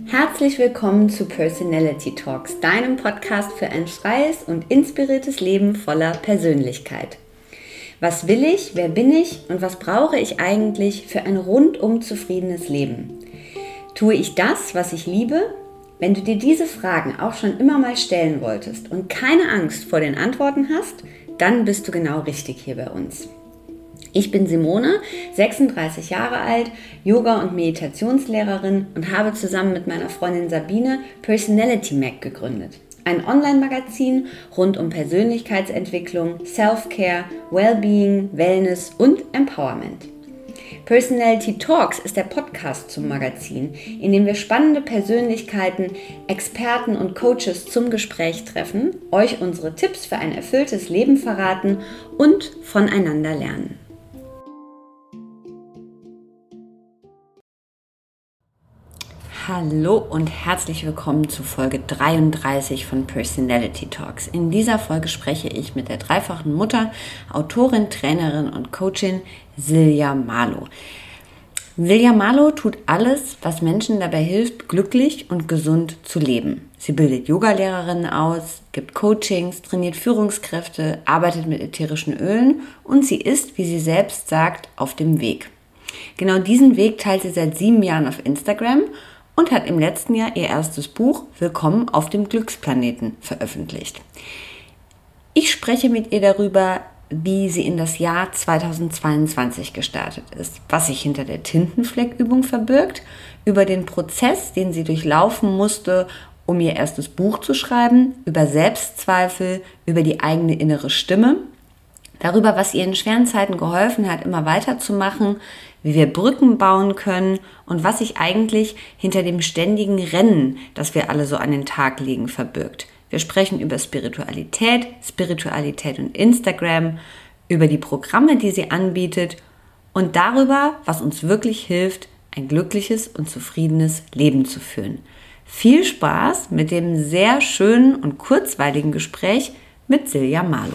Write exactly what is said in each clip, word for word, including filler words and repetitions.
Herzlich willkommen zu Personality Talks, deinem Podcast für ein freies und inspiriertes Leben voller Persönlichkeit. Was will ich, wer bin ich und was brauche ich eigentlich für ein rundum zufriedenes Leben? Tue ich das, was ich liebe? Wenn du dir diese Fragen auch schon immer mal stellen wolltest und keine Angst vor den Antworten hast, dann bist du genau richtig hier bei uns. Ich bin Simone, sechsunddreißig Jahre alt, Yoga- und Meditationslehrerin und habe zusammen mit meiner Freundin Sabine Personality Mag gegründet. Ein Online-Magazin rund um Persönlichkeitsentwicklung, Self-Care, Wellbeing, Wellness und Empowerment. Personality Talks ist der Podcast zum Magazin, in dem wir spannende Persönlichkeiten, Experten und Coaches zum Gespräch treffen, euch unsere Tipps für ein erfülltes Leben verraten und voneinander lernen. Hallo und herzlich willkommen zu Folge dreiunddreißig von Personality Talks. In dieser Folge spreche ich mit der dreifachen Mutter, Autorin, Trainerin und Coachin Silja Malo. Silja Malo tut alles, was Menschen dabei hilft, glücklich und gesund zu leben. Sie bildet Yogalehrerinnen aus, gibt Coachings, trainiert Führungskräfte, arbeitet mit ätherischen Ölen und sie ist, wie sie selbst sagt, auf dem Weg. Genau diesen Weg teilt sie seit sieben Jahren auf Instagram und hat im letzten Jahr ihr erstes Buch Willkommen auf dem Glücksplaneten veröffentlicht. Ich spreche mit ihr darüber, wie sie in das Jahr zweitausendzweiundzwanzig gestartet ist, was sich hinter der Tintenfleckübung verbirgt, über den Prozess, den sie durchlaufen musste, um ihr erstes Buch zu schreiben, über Selbstzweifel, über die eigene innere Stimme, darüber, was ihr in schweren Zeiten geholfen hat, immer weiterzumachen, wie wir Brücken bauen können und was sich eigentlich hinter dem ständigen Rennen, das wir alle so an den Tag legen, verbirgt. Wir sprechen über Spiritualität, Spiritualität und Instagram, über die Programme, die sie anbietet und darüber, was uns wirklich hilft, ein glückliches und zufriedenes Leben zu führen. Viel Spaß mit dem sehr schönen und kurzweiligen Gespräch mit Silja Malo.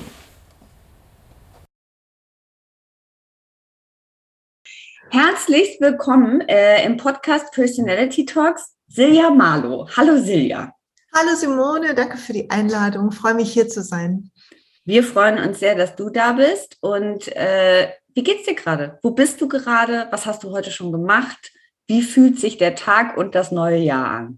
Herzlich willkommen äh, im Podcast Personality Talks, Silja Malo. Hallo Silja. Hallo Simone, danke für die Einladung. Ich freue mich, hier zu sein. Wir freuen uns sehr, dass du da bist. Und äh, wie geht's dir gerade? Wo bist du gerade? Was hast du heute schon gemacht? Wie fühlt sich der Tag und das neue Jahr an?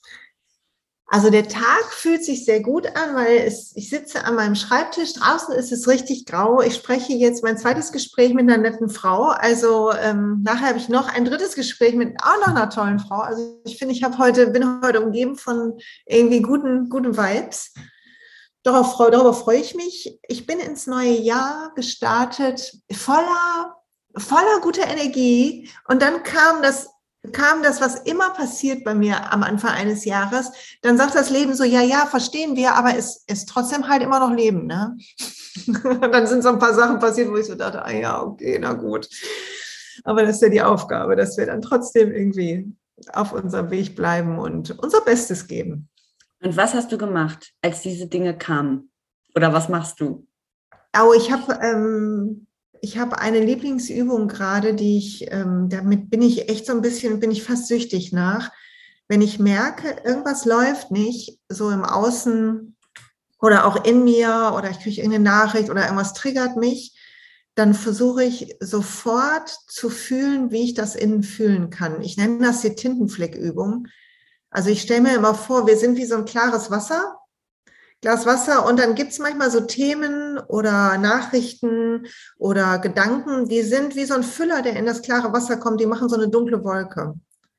Also der Tag fühlt sich sehr gut an, weil es, ich sitze an meinem Schreibtisch. Draußen ist es richtig grau. Ich spreche jetzt mein zweites Gespräch mit einer netten Frau. Also ähm, nachher habe ich noch ein drittes Gespräch mit auch noch einer tollen Frau. Also ich finde, ich habe heute bin heute umgeben von irgendwie guten guten Vibes. Darauf, darüber freue ich mich. Ich bin ins neue Jahr gestartet voller voller guter Energie und dann kam das kam das, was immer passiert bei mir am Anfang eines Jahres, dann sagt das Leben so, ja, ja, verstehen wir, aber es ist trotzdem halt immer noch Leben, ne? Dann sind so ein paar Sachen passiert, wo ich so dachte, ah ja, okay, na gut. Aber das ist ja die Aufgabe, dass wir dann trotzdem irgendwie auf unserem Weg bleiben und unser Bestes geben. Und was hast du gemacht, als diese Dinge kamen? Oder was machst du? Oh, ich habe ähm, ich habe eine Lieblingsübung gerade, die ich, ähm, damit bin ich echt so ein bisschen, bin ich fast süchtig nach. Wenn ich merke, irgendwas läuft nicht, so im Außen oder auch in mir oder ich kriege irgendeine Nachricht oder irgendwas triggert mich, dann versuche ich sofort zu fühlen, wie ich das innen fühlen kann. Ich nenne das die Tintenfleckübung. Also ich stelle mir immer vor, wir sind wie so ein klares Wasser. Glas Wasser und dann gibt es manchmal so Themen oder Nachrichten oder Gedanken, die sind wie so ein Füller, der in das klare Wasser kommt, die machen so eine dunkle Wolke.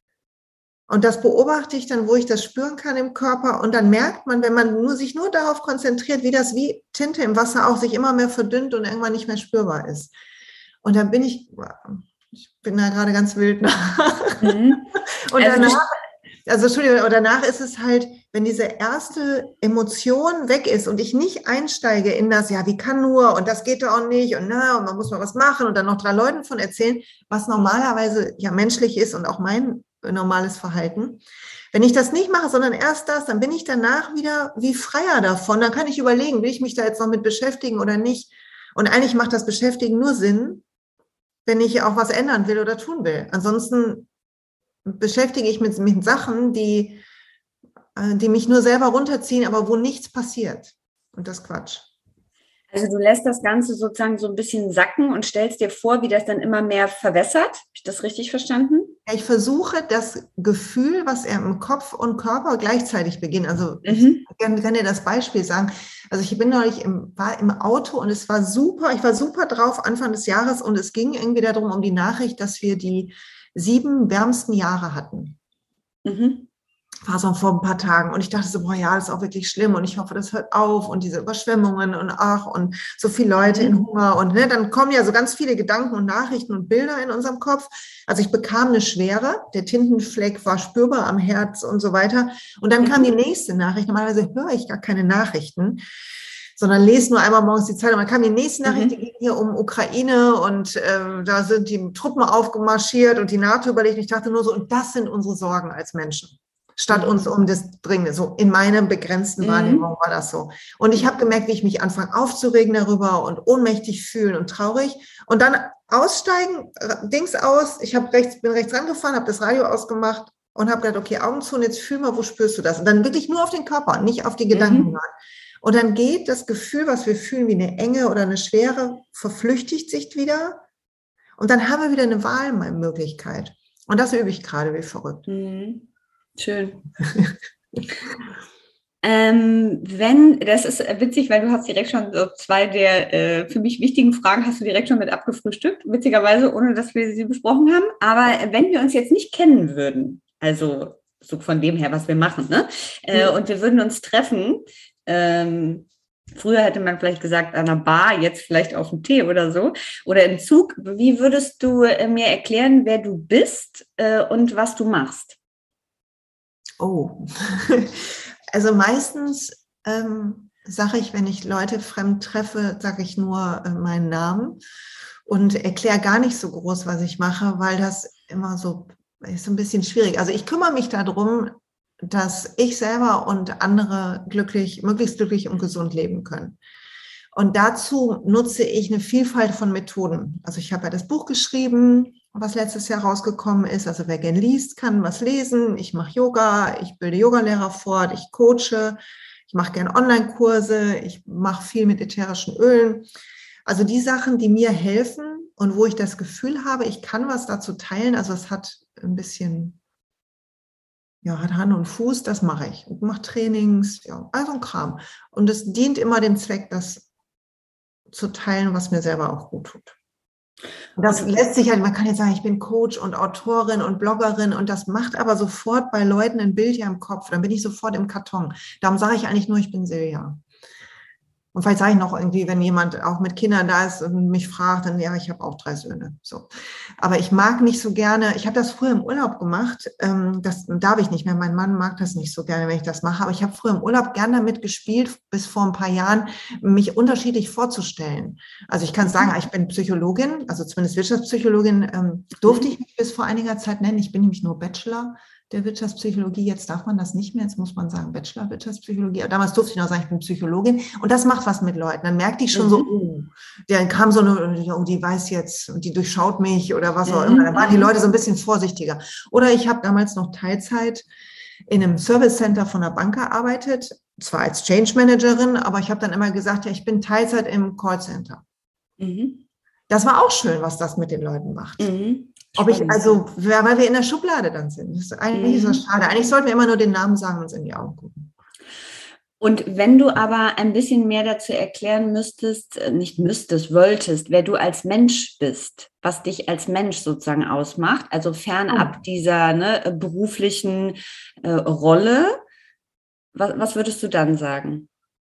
Und das beobachte ich dann, wo ich das spüren kann im Körper und dann merkt man, wenn man nur, sich nur darauf konzentriert, wie das wie Tinte im Wasser auch sich immer mehr verdünnt und irgendwann nicht mehr spürbar ist. Und dann bin ich, ich bin da gerade ganz wild nach. Mhm. Und also danach Also Entschuldigung, aber danach ist es halt, wenn diese erste Emotion weg ist und ich nicht einsteige in das, ja, wie kann nur und das geht doch auch nicht und na, und man muss mal was machen und dann noch drei Leuten von erzählen, was normalerweise ja menschlich ist und auch mein normales Verhalten. Wenn ich das nicht mache, sondern erst das, dann bin ich danach wieder wie freier davon. Dann kann ich überlegen, will ich mich da jetzt noch mit beschäftigen oder nicht. Und eigentlich macht das Beschäftigen nur Sinn, wenn ich auch was ändern will oder tun will. Ansonsten beschäftige ich mich mit Sachen, die, die mich nur selber runterziehen, aber wo nichts passiert. Und das ist Quatsch. Also du lässt das Ganze sozusagen so ein bisschen sacken und stellst dir vor, wie das dann immer mehr verwässert. Habe ich das richtig verstanden? Ja, ich versuche das Gefühl, was er im Kopf und Körper gleichzeitig beginnt. Also Mhm. ich kann, kann dir das Beispiel sagen. Also ich bin neulich im, war im Auto und es war super. Ich war super drauf Anfang des Jahres und es ging irgendwie darum, um die Nachricht, dass wir die sieben wärmsten Jahre hatten. Mhm. War so vor ein paar Tagen und ich dachte so, boah, ja, das ist auch wirklich schlimm und ich hoffe, das hört auf und diese Überschwemmungen und ach und so viele Leute in Hunger und ne, dann kommen ja so ganz viele Gedanken und Nachrichten und Bilder in unserem Kopf. Also ich bekam eine Schwere, der Tintenfleck war spürbar am Herz und so weiter und dann kam die nächste Nachricht. Normalerweise höre ich gar keine Nachrichten, sondern lese nur einmal morgens die Zeitung. Dann kam die nächste Nachricht, die ging hier um Ukraine und äh, da sind die Truppen aufgemarschiert und die NATO überlegt. Ich dachte nur so, und das sind unsere Sorgen als Menschen. Statt Mhm. uns um das Dringende. So in meiner begrenzten Wahrnehmung Mhm. war das so. Und ich habe gemerkt, wie ich mich anfange aufzuregen darüber und ohnmächtig fühlen und traurig. Und dann aussteigen, Dings aus. Ich hab rechts, bin rechts rangefahren, habe das Radio ausgemacht und habe gedacht, okay, Augen zu und jetzt fühl mal, wo spürst du das? Und dann wirklich nur auf den Körper, nicht auf die Gedanken. Mhm. Und dann geht das Gefühl, was wir fühlen, wie eine Enge oder eine Schwere, verflüchtigt sich wieder. Und dann haben wir wieder eine Wahlmöglichkeit. Und das übe ich gerade wie verrückt. Mhm. Schön. ähm, wenn, das ist witzig, weil du hast direkt schon so zwei der äh, für mich wichtigen Fragen hast du direkt schon mit abgefrühstückt, witzigerweise, ohne dass wir sie besprochen haben. Aber wenn wir uns jetzt nicht kennen würden, also so von dem her, was wir machen, ne? Äh, und wir würden uns treffen, ähm, früher hätte man vielleicht gesagt an einer Bar, jetzt vielleicht auf dem Tee oder so, oder im Zug, wie würdest du äh, mir erklären, wer du bist äh, und was du machst? Oh, also meistens ähm, sage ich, wenn ich Leute fremd treffe, sage ich nur äh, meinen Namen und erkläre gar nicht so groß, was ich mache, weil das immer so ist ein bisschen schwierig. Also ich kümmere mich darum, dass ich selber und andere glücklich, möglichst glücklich und gesund leben können. Und dazu nutze ich eine Vielfalt von Methoden. Also ich habe ja das Buch geschrieben, was letztes Jahr rausgekommen ist. Also wer gern liest, kann was lesen. Ich mache Yoga, ich bilde Yogalehrer fort, ich coache, ich mache gern Online-Kurse, ich mache viel mit ätherischen Ölen. Also die Sachen, die mir helfen und wo ich das Gefühl habe, ich kann was dazu teilen. Also es hat ein bisschen, ja, hat Hand und Fuß, das mache ich. Ich mache Trainings, ja, also ein Kram. Und es dient immer dem Zweck, das zu teilen, was mir selber auch gut tut. Und das lässt sich halt, man kann jetzt sagen, ich bin Coach und Autorin und Bloggerin und das macht aber sofort bei Leuten ein Bild hier im Kopf. Dann bin ich sofort im Karton. Darum sage ich eigentlich nur, ich bin Silja. Und vielleicht sage ich noch irgendwie, wenn jemand auch mit Kindern da ist und mich fragt, dann ja, ich habe auch drei Söhne. So. Aber ich mag nicht so gerne, ich habe das früher im Urlaub gemacht, ähm, das darf ich nicht mehr, mein Mann mag das nicht so gerne, wenn ich das mache, aber ich habe früher im Urlaub gerne damit gespielt, bis vor ein paar Jahren, mich unterschiedlich vorzustellen. Also ich kann sagen, ich bin Psychologin, also zumindest Wirtschaftspsychologin, ähm, durfte ich mich bis vor einiger Zeit nennen, ich bin nämlich nur Bachelor der Wirtschaftspsychologie, jetzt darf man das nicht mehr, jetzt muss man sagen Bachelor Wirtschaftspsychologie, aber damals durfte ich noch sagen, ich bin Psychologin und das macht was mit Leuten, dann merkte ich schon mhm. so, oh, dann kam so eine, oh, die weiß jetzt und die durchschaut mich oder was auch mhm. immer, dann waren die Leute so ein bisschen vorsichtiger. Oder ich habe damals noch Teilzeit in einem Service Center von der Bank gearbeitet, zwar als Change Managerin, aber ich habe dann immer gesagt, ja, ich bin Teilzeit im Callcenter. Mhm. Das war auch schön, was das mit den Leuten macht. Mhm. Ob ich, also, weil wir in der Schublade dann sind. Das ist eigentlich mhm. ist das schade. Eigentlich sollten wir immer nur den Namen sagen und uns in die Augen gucken. Und wenn du aber ein bisschen mehr dazu erklären müsstest, nicht müsstest, wolltest, wer du als Mensch bist, was dich als Mensch sozusagen ausmacht, also fernab oh. dieser ne, beruflichen äh, Rolle, was, was würdest du dann sagen?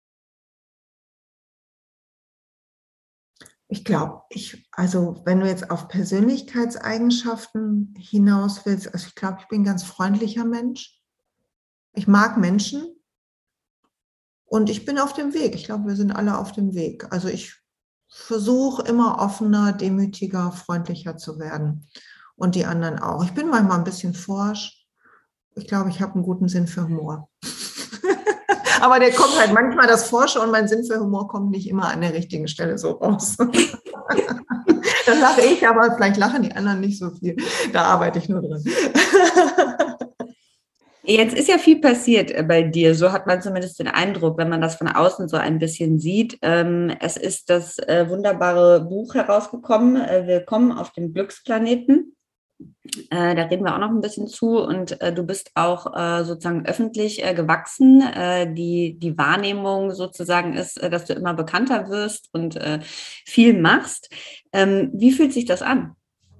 Ich glaube, ich, also wenn du jetzt auf Persönlichkeitseigenschaften hinaus willst, also ich glaube, ich bin ein ganz freundlicher Mensch. Ich mag Menschen und ich bin auf dem Weg. Ich glaube, wir sind alle auf dem Weg. Also ich versuche immer offener, demütiger, freundlicher zu werden und die anderen auch. Ich bin manchmal ein bisschen forsch. Ich glaube, ich habe einen guten Sinn für Humor. Aber der kommt halt manchmal, das Forsche und mein Sinn für Humor kommt nicht immer an der richtigen Stelle so raus. Dann lache ich, aber vielleicht lachen die anderen nicht so viel. Da arbeite ich nur dran. Jetzt ist ja viel passiert äh, bei dir, so hat man zumindest den Eindruck, wenn man das von außen so ein bisschen sieht. Ähm, es ist das äh, wunderbare Buch herausgekommen, äh, Willkommen auf dem Glücksplaneten. Äh, da reden wir auch noch ein bisschen zu und äh, du bist auch äh, sozusagen öffentlich äh, gewachsen. Äh, die, die Wahrnehmung sozusagen ist, äh, dass du immer bekannter wirst und äh, viel machst. Ähm, wie fühlt sich das an?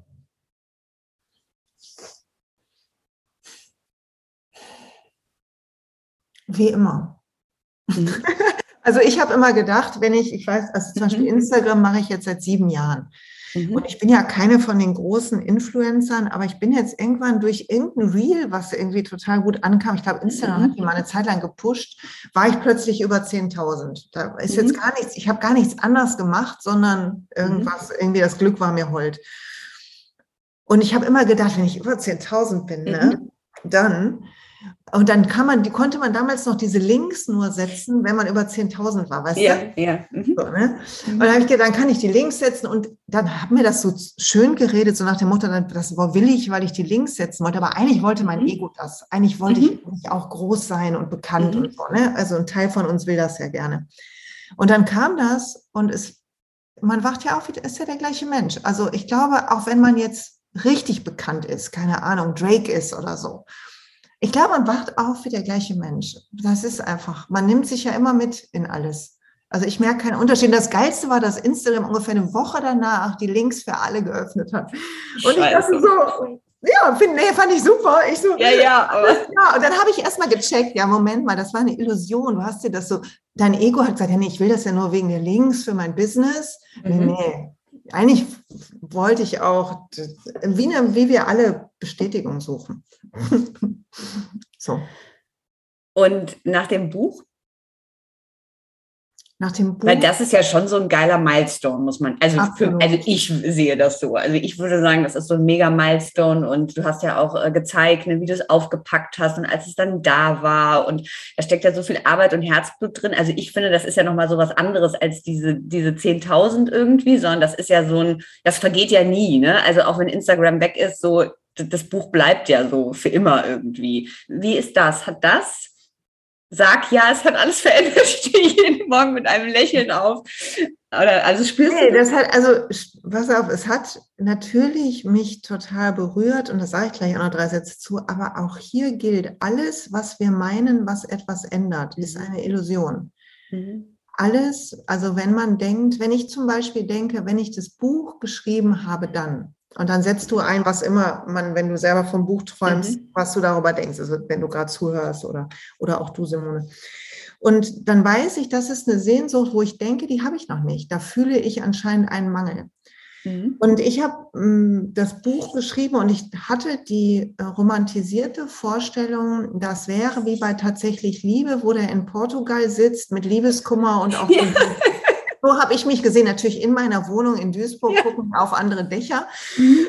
Wie immer. Mhm. Also ich habe immer gedacht, wenn ich, ich weiß, also zum mhm. Beispiel Instagram mache ich jetzt seit sieben Jahren. Mhm. Und ich bin ja keine von den großen Influencern, aber ich bin jetzt irgendwann durch irgendein Reel, was irgendwie total gut ankam, ich glaube Instagram mhm. hat die mal eine Zeit lang gepusht, war ich plötzlich über zehntausend. Da ist mhm. jetzt gar nichts, ich habe gar nichts anderes gemacht, sondern irgendwas, mhm. irgendwie das Glück war mir hold. Und ich habe immer gedacht, wenn ich über zehntausend bin, mhm. ne, dann... Und dann kann man, die konnte man damals noch diese Links nur setzen, wenn man über zehntausend war, weißt ja, du? Ja, mhm. so, ne? Und dann habe ich gedacht, dann kann ich die Links setzen und dann hat mir das so schön geredet, so nach dem Motto, das war willig, weil ich die Links setzen wollte, aber eigentlich wollte mein mhm. Ego das. Eigentlich wollte mhm. ich auch groß sein und bekannt mhm. und so, ne? Also ein Teil von uns will das ja gerne. Und dann kam das und es, man wacht ja auf, ist ja der gleiche Mensch. Also ich glaube, auch wenn man jetzt richtig bekannt ist, keine Ahnung, Drake ist oder so, ich glaube, man wacht auf wie der gleiche Mensch. Das ist einfach, man nimmt sich ja immer mit in alles. Also ich merke keinen Unterschied. Das Geilste war, dass Instagram ungefähr eine Woche danach die Links für alle geöffnet hat. Und ich dachte so, ja, find, nee, fand ich super. Ich so, ja, ja, aber ja, und dann habe ich erstmal gecheckt, ja, Moment mal, das war eine Illusion. Du hast dir das so, dein Ego hat gesagt, ja, nee, ich will das ja nur wegen der Links für mein Business. Nee, mhm. nee. Eigentlich wollte ich auch, wie, wie wir alle Bestätigung suchen. So. Und nach dem Buch? Nach dem Buch? Weil das ist ja schon so ein geiler Milestone, muss man, also, für, also ich sehe das so. Also ich würde sagen, das ist so ein mega Milestone und du hast ja auch äh, gezeigt, ne, wie du es aufgepackt hast und als es dann da war und da steckt ja so viel Arbeit und Herzblut drin. Also ich finde, das ist ja nochmal so was anderes als diese, diese zehntausend irgendwie, sondern das ist ja so ein, das vergeht ja nie, ne? Also auch wenn Instagram weg ist, so das Buch bleibt ja so für immer irgendwie. Wie ist das? Hat das? Sag ja, es hat alles verändert. Ich stehe jeden Morgen mit einem Lächeln auf. Oder, also spürst nee, du das? das hat, also, pass auf, es hat natürlich mich total berührt und da sage ich gleich auch noch drei Sätze zu, aber auch hier gilt, alles, was wir meinen, was etwas ändert, mhm. ist eine Illusion. Mhm. Alles, also wenn man denkt, wenn ich zum Beispiel denke, wenn ich das Buch geschrieben habe, dann, und dann setzt du ein, was immer man, wenn du selber vom Buch träumst, mhm. was du darüber denkst, also wenn du gerade zuhörst oder, oder auch du, Simone. Und dann weiß ich, das ist eine Sehnsucht, wo ich denke, die habe ich noch nicht. Da fühle ich anscheinend einen Mangel. Mhm. Und ich habe ähm, das Buch geschrieben und ich hatte die äh, romantisierte Vorstellung, das wäre wie bei Tatsächlich Liebe, wo der in Portugal sitzt mit Liebeskummer und auch ja. So habe ich mich gesehen, natürlich in meiner Wohnung in Duisburg, ja. gucken auf andere Dächer. Mhm.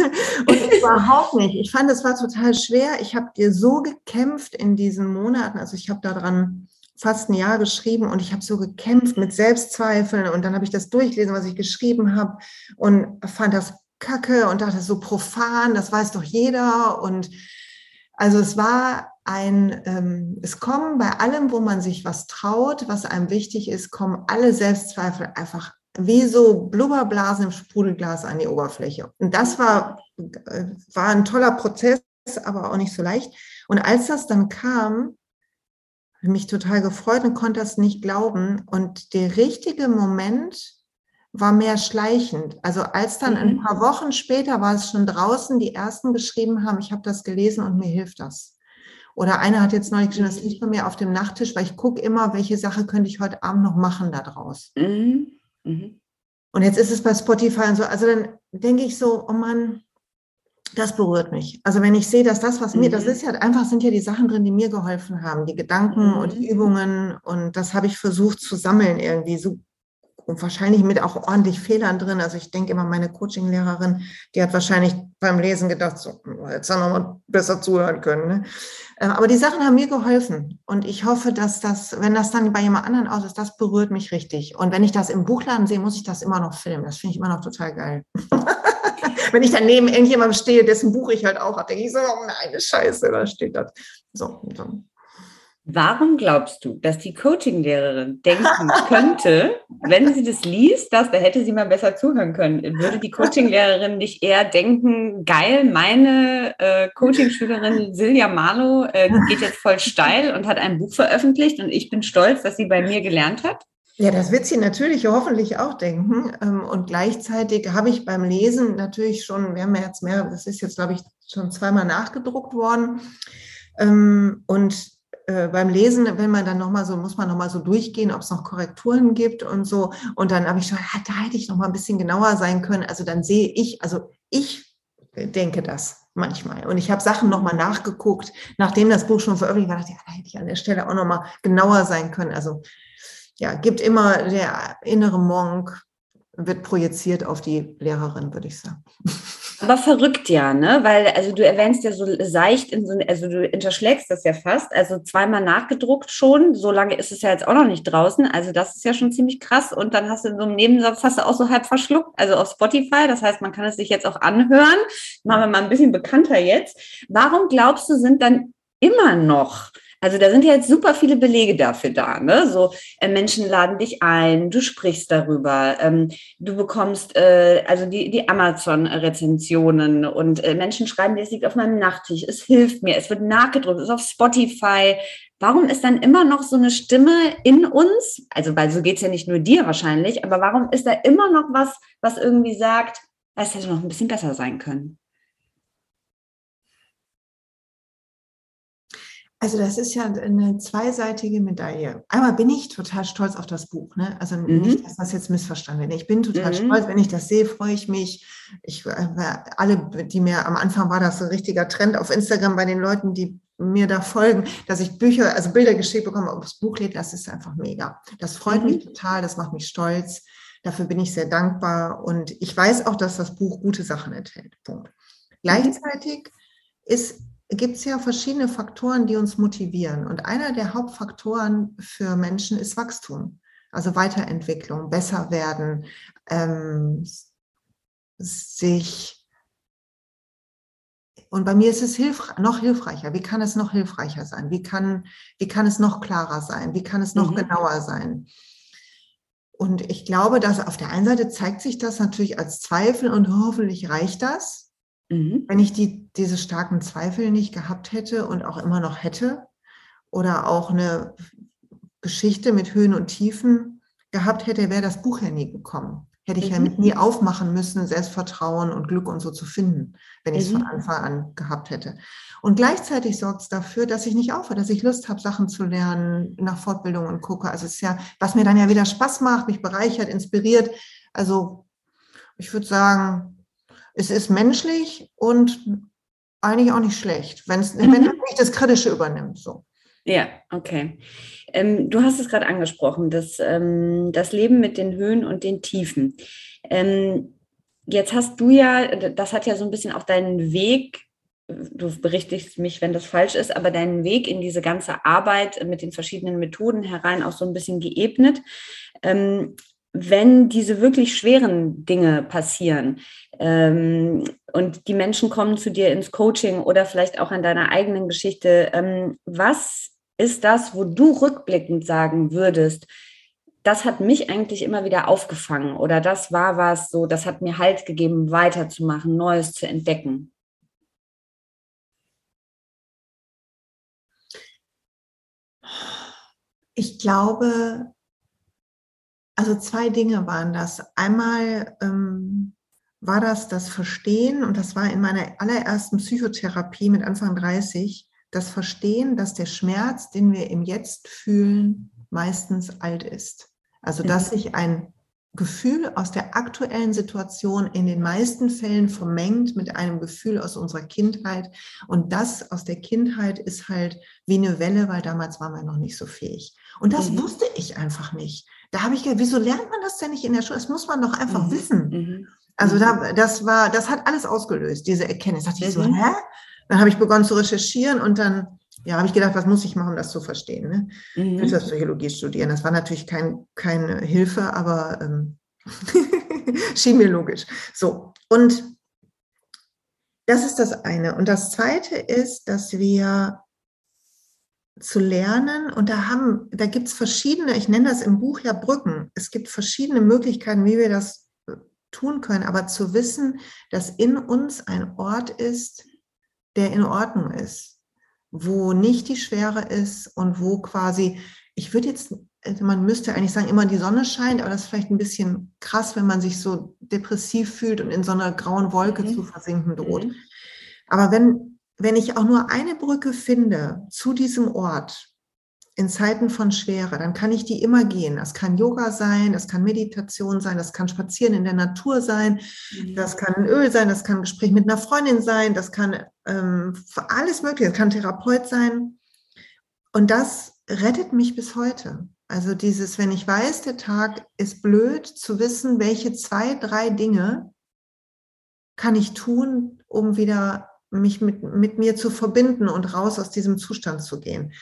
Und überhaupt nicht. Ich fand, es war total schwer. Ich habe dir so gekämpft in diesen Monaten. Also ich habe daran fast ein Jahr geschrieben und ich habe so gekämpft mit Selbstzweifeln. Und dann habe ich das durchgelesen, was ich geschrieben habe und fand das kacke und dachte, so profan, das weiß doch jeder. Und also es war ein, ähm, es kommen bei allem, wo man sich was traut, was einem wichtig ist, kommen alle Selbstzweifel einfach wie so Blubberblasen im Sprudelglas an die Oberfläche. Und das war, äh, war ein toller Prozess, aber auch nicht so leicht. Und als das dann kam, habe ich mich total gefreut und konnte das nicht glauben. Und der richtige Moment war mehr schleichend. Also als dann mhm. ein paar Wochen später war es schon draußen, die ersten geschrieben haben, ich habe das gelesen und mir hilft das. Oder einer hat jetzt neulich geschrieben, das liegt bei mir auf dem Nachttisch, weil ich gucke immer, welche Sache könnte ich heute Abend noch machen da draus. Mhm. Mhm. Und jetzt ist es bei Spotify und so, also dann denke ich so, oh Mann, das berührt mich. Also wenn ich sehe, dass das, was mhm. mir, das ist ja einfach, sind ja die Sachen drin, die mir geholfen haben, die Gedanken mhm. und die Übungen und das habe ich versucht zu sammeln irgendwie, so und wahrscheinlich mit auch ordentlich Fehlern drin. Also ich denke immer, meine Coaching-Lehrerin, die hat wahrscheinlich beim Lesen gedacht, so, jetzt noch mal besser zuhören können. Ne? Aber die Sachen haben mir geholfen. Und ich hoffe, dass das, wenn das dann bei jemand anderen aus ist, das berührt mich richtig. Und wenn ich das im Buchladen sehe, muss ich das immer noch filmen. Das finde ich immer noch total geil. Wenn ich dann neben irgendjemandem stehe, dessen Buch ich halt auch habe, denke ich so, oh nein, Scheiße, da steht das. So, so. Warum glaubst du, dass die Coaching-Lehrerin denken könnte, wenn sie das liest, dass, da hätte sie mal besser zuhören können, würde die Coaching-Lehrerin nicht eher denken, geil, meine äh, Coaching-Schülerin Silja Marlow äh, geht jetzt voll steil und hat ein Buch veröffentlicht und ich bin stolz, dass sie bei mir gelernt hat? Ja, das wird sie natürlich hoffentlich auch denken. Und gleichzeitig habe ich beim Lesen natürlich schon, wir haben ja jetzt mehr, das ist jetzt, glaube ich, schon zweimal nachgedruckt worden. Und beim Lesen, wenn man dann nochmal so, muss man nochmal so durchgehen, ob es noch Korrekturen gibt und so. Und dann habe ich schon, da hätte ich nochmal ein bisschen genauer sein können. Also dann sehe ich, also ich denke das manchmal. Und ich habe Sachen nochmal nachgeguckt, nachdem das Buch schon veröffentlicht war, dachte ich, ja, da hätte ich an der Stelle auch nochmal genauer sein können. Also ja, gibt immer, der innere Monk wird projiziert auf die Lehrerin, würde ich sagen. Aber verrückt ja, ne? Weil, also du erwähnst ja so seicht, in so, also du unterschlägst das ja fast, also zweimal nachgedruckt schon, so lange ist es ja jetzt auch noch nicht draußen, also das ist ja schon ziemlich krass und dann hast du in so einem Nebensatz, hast du auch so halb verschluckt, also auf Spotify, das heißt, man kann es sich jetzt auch anhören, machen wir mal ein bisschen bekannter jetzt. Warum glaubst du, sind dann immer noch, also da sind ja jetzt super viele Belege dafür da, ne? So äh, Menschen laden dich ein, du sprichst darüber, ähm, du bekommst äh, also die, die Amazon-Rezensionen und äh, Menschen schreiben dir, es liegt auf meinem Nachttisch, es hilft mir, es wird nachgedruckt, es ist auf Spotify. Warum ist dann immer noch so eine Stimme in uns? Also, weil so geht's ja nicht nur dir wahrscheinlich, aber warum ist da immer noch was, was irgendwie sagt, es hätte noch ein bisschen besser sein können? Also das ist ja eine zweiseitige Medaille. Einmal bin ich total stolz auf das Buch, ne? Also Mhm. nicht, dass das jetzt missverstanden wird. Ich bin total Mhm. stolz, wenn ich das sehe, freue ich mich. Ich, alle, die mir, am Anfang war das so ein richtiger Trend auf Instagram bei den Leuten, die mir da folgen, dass ich Bücher, also Bilder geschickt bekomme, ob das Buch lädt, das ist einfach mega. Das freut Mhm. mich total, das macht mich stolz. Dafür bin ich sehr dankbar und ich weiß auch, dass das Buch gute Sachen enthält. Punkt. Gleichzeitig ist gibt es ja verschiedene Faktoren, die uns motivieren. Und einer der Hauptfaktoren für Menschen ist Wachstum, also Weiterentwicklung, besser werden, ähm, sich. Und bei mir ist es hilf, noch hilfreicher. Wie kann es noch hilfreicher sein? Wie kann, wie kann es noch klarer sein? Wie kann es noch mhm. genauer sein? Und ich glaube, dass auf der einen Seite zeigt sich das natürlich als Zweifel und hoffentlich reicht das. Mhm. Wenn ich die, diese starken Zweifel nicht gehabt hätte und auch immer noch hätte oder auch eine Geschichte mit Höhen und Tiefen gehabt hätte, wäre das Buch ja nie gekommen. Hätte ich mhm. ja mit nie aufmachen müssen, Selbstvertrauen und Glück und so zu finden, wenn ich es mhm. von Anfang an gehabt hätte. Und gleichzeitig sorgt es dafür, dass ich nicht aufhöre, dass ich Lust habe, Sachen zu lernen, nach Fortbildungen gucke. Also es ist ja, was mir dann ja wieder Spaß macht, mich bereichert, inspiriert. Also ich würde sagen, es ist menschlich und eigentlich auch nicht schlecht, wenn's, mhm. wenn du nicht das Kritische übernimmst. So. Ja, okay. Ähm, du hast es gerade angesprochen, das, ähm, das Leben mit den Höhen und den Tiefen. Ähm, jetzt hast du ja, das hat ja so ein bisschen auch deinen Weg, du berichtigst mich, wenn das falsch ist, aber deinen Weg in diese ganze Arbeit mit den verschiedenen Methoden herein auch so ein bisschen geebnet. Ähm, wenn diese wirklich schweren Dinge passieren ähm, und die Menschen kommen zu dir ins Coaching oder vielleicht auch an deiner eigenen Geschichte, ähm, was ist das, wo du rückblickend sagen würdest, das hat mich eigentlich immer wieder aufgefangen oder das war was so, das hat mir Halt gegeben, weiterzumachen, Neues zu entdecken? Ich glaube, also zwei Dinge waren das. Einmal ähm, war das das Verstehen, und das war in meiner allerersten Psychotherapie mit Anfang dreißig, das Verstehen, dass der Schmerz, den wir im Jetzt fühlen, meistens alt ist. Also dass sich ein Gefühl aus der aktuellen Situation in den meisten Fällen vermengt mit einem Gefühl aus unserer Kindheit. Und das aus der Kindheit ist halt wie eine Welle, weil damals waren wir noch nicht so fähig. Und das mhm. wusste ich einfach nicht. Da habe ich gedacht, wieso lernt man das denn nicht in der Schule? Das muss man doch einfach mhm. wissen. Mhm. Also da, das war, das hat alles ausgelöst, diese Erkenntnis. Da dachte ich so, mhm. hä? Dann habe ich begonnen zu recherchieren und dann ja, habe ich gedacht, was muss ich machen, um das zu verstehen? Ne? Mhm. Ich will das Psychologie studieren. Das war natürlich kein, keine Hilfe, aber ähm, schien mir logisch. So, und Das ist das eine. Und das zweite ist, dass wir zu lernen, und da haben, da gibt es verschiedene, ich nenne das im Buch ja Brücken. Es gibt verschiedene Möglichkeiten, wie wir das tun können, aber zu wissen, dass in uns ein Ort ist, der in Ordnung ist, wo nicht die Schwere ist und wo quasi, ich würde jetzt, man müsste eigentlich sagen, immer die Sonne scheint, aber das ist vielleicht ein bisschen krass, wenn man sich so depressiv fühlt und in so einer grauen Wolke Mhm. zu versinken droht. Mhm. Aber wenn, wenn ich auch nur eine Brücke finde zu diesem Ort in Zeiten von Schwere, dann kann ich die immer gehen. Das kann Yoga sein, das kann Meditation sein, das kann Spazieren in der Natur sein, Mhm. das kann ein Öl sein, das kann ein Gespräch mit einer Freundin sein, das kann ähm, alles Mögliche, das kann Therapeut sein. Und das rettet mich bis heute. Also dieses, wenn ich weiß, der Tag ist blöd, zu wissen, welche zwei, drei Dinge kann ich tun, um wieder mich mit, mit mir zu verbinden und raus aus diesem Zustand zu gehen.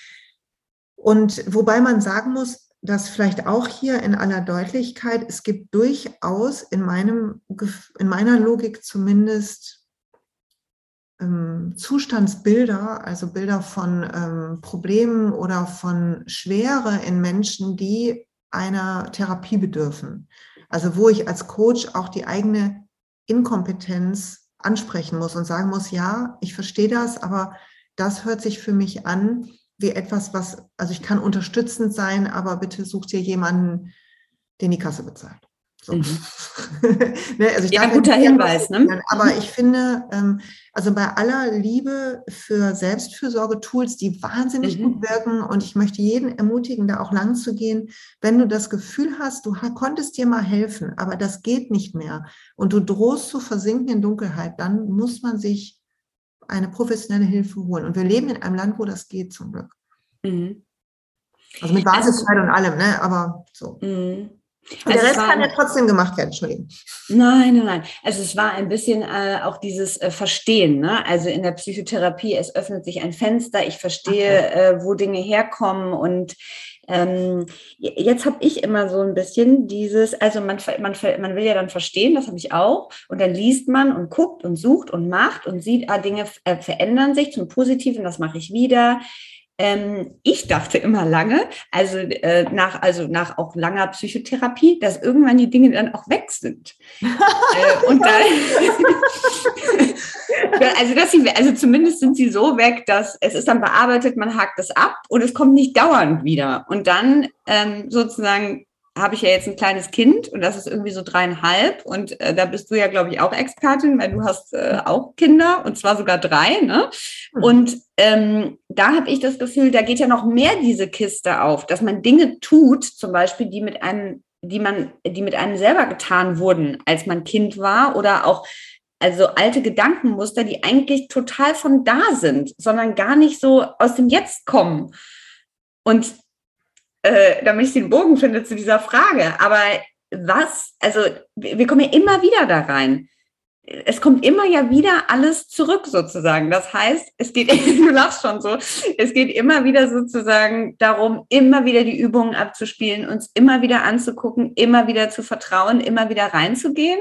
Und wobei man sagen muss, dass vielleicht auch hier in aller Deutlichkeit, es gibt durchaus in meinem, in meiner Logik zumindest ähm, Zustandsbilder, also Bilder von ähm, Problemen oder von Schwere in Menschen, die einer Therapie bedürfen. Also wo ich als Coach auch die eigene Inkompetenz ansprechen muss und sagen muss, ja, ich verstehe das, aber das hört sich für mich an wie etwas, was, also ich kann unterstützend sein, aber bitte such dir jemanden, den die Kasse bezahlt. So. Mhm. Ne, also ich Ja, darf guter nicht Hinweis, ne? aber ich finde, ähm, also bei aller Liebe für Selbstfürsorge-Tools, die wahnsinnig gut Mhm. wirken, und ich möchte jeden ermutigen, da auch lang zu gehen, wenn du das Gefühl hast, du ha- konntest dir mal helfen, aber das geht nicht mehr und du drohst zu versinken in Dunkelheit, dann muss man sich eine professionelle Hilfe holen. Und wir leben in einem Land, wo das geht, zum Glück. Mhm. Also mit Also es, Wartezeit und allem, ne? Aber so. mhm. Und der Also es Rest war kann ja ein, trotzdem gemacht werden, Entschuldigung. nein, nein, nein. Also es war ein bisschen äh, auch dieses äh, Verstehen, ne? Also in der Psychotherapie, es öffnet sich ein Fenster, ich verstehe, äh, wo Dinge herkommen und ähm, jetzt habe ich immer so ein bisschen dieses, also man, man, man will ja dann verstehen, das habe ich auch, und dann liest man und guckt und sucht und macht und sieht, ah, Dinge äh, verändern sich zum Positiven, das mache ich wieder. Ähm, ich dachte immer lange, also äh, nach, also nach auch langer Psychotherapie, dass irgendwann die Dinge dann auch weg sind. äh, und dann, also, dass sie, also zumindest sind sie so weg, dass es ist dann bearbeitet, man hakt es ab und es kommt nicht dauernd wieder. Und dann ähm, sozusagen habe ich ja jetzt ein kleines Kind und das ist irgendwie so dreieinhalb und äh, da bist du ja, glaube ich, auch Expertin, weil du hast äh, auch Kinder und zwar sogar drei, ne? Und ähm, da habe ich das Gefühl, da geht ja noch mehr diese Kiste auf, dass man Dinge tut, zum Beispiel, die mit einem, die man, die mit einem selber getan wurden, als man Kind war oder auch also alte Gedankenmuster, die eigentlich total von da sind, sondern gar nicht so aus dem Jetzt kommen. Und äh, damit ich den Bogen finde zu dieser Frage. Aber was, also wir kommen ja immer wieder da rein. Es kommt immer ja wieder alles zurück sozusagen. Das heißt, es geht, du lachst schon so, es geht immer wieder sozusagen darum, immer wieder die Übungen abzuspielen, uns immer wieder anzugucken, immer wieder zu vertrauen, immer wieder reinzugehen.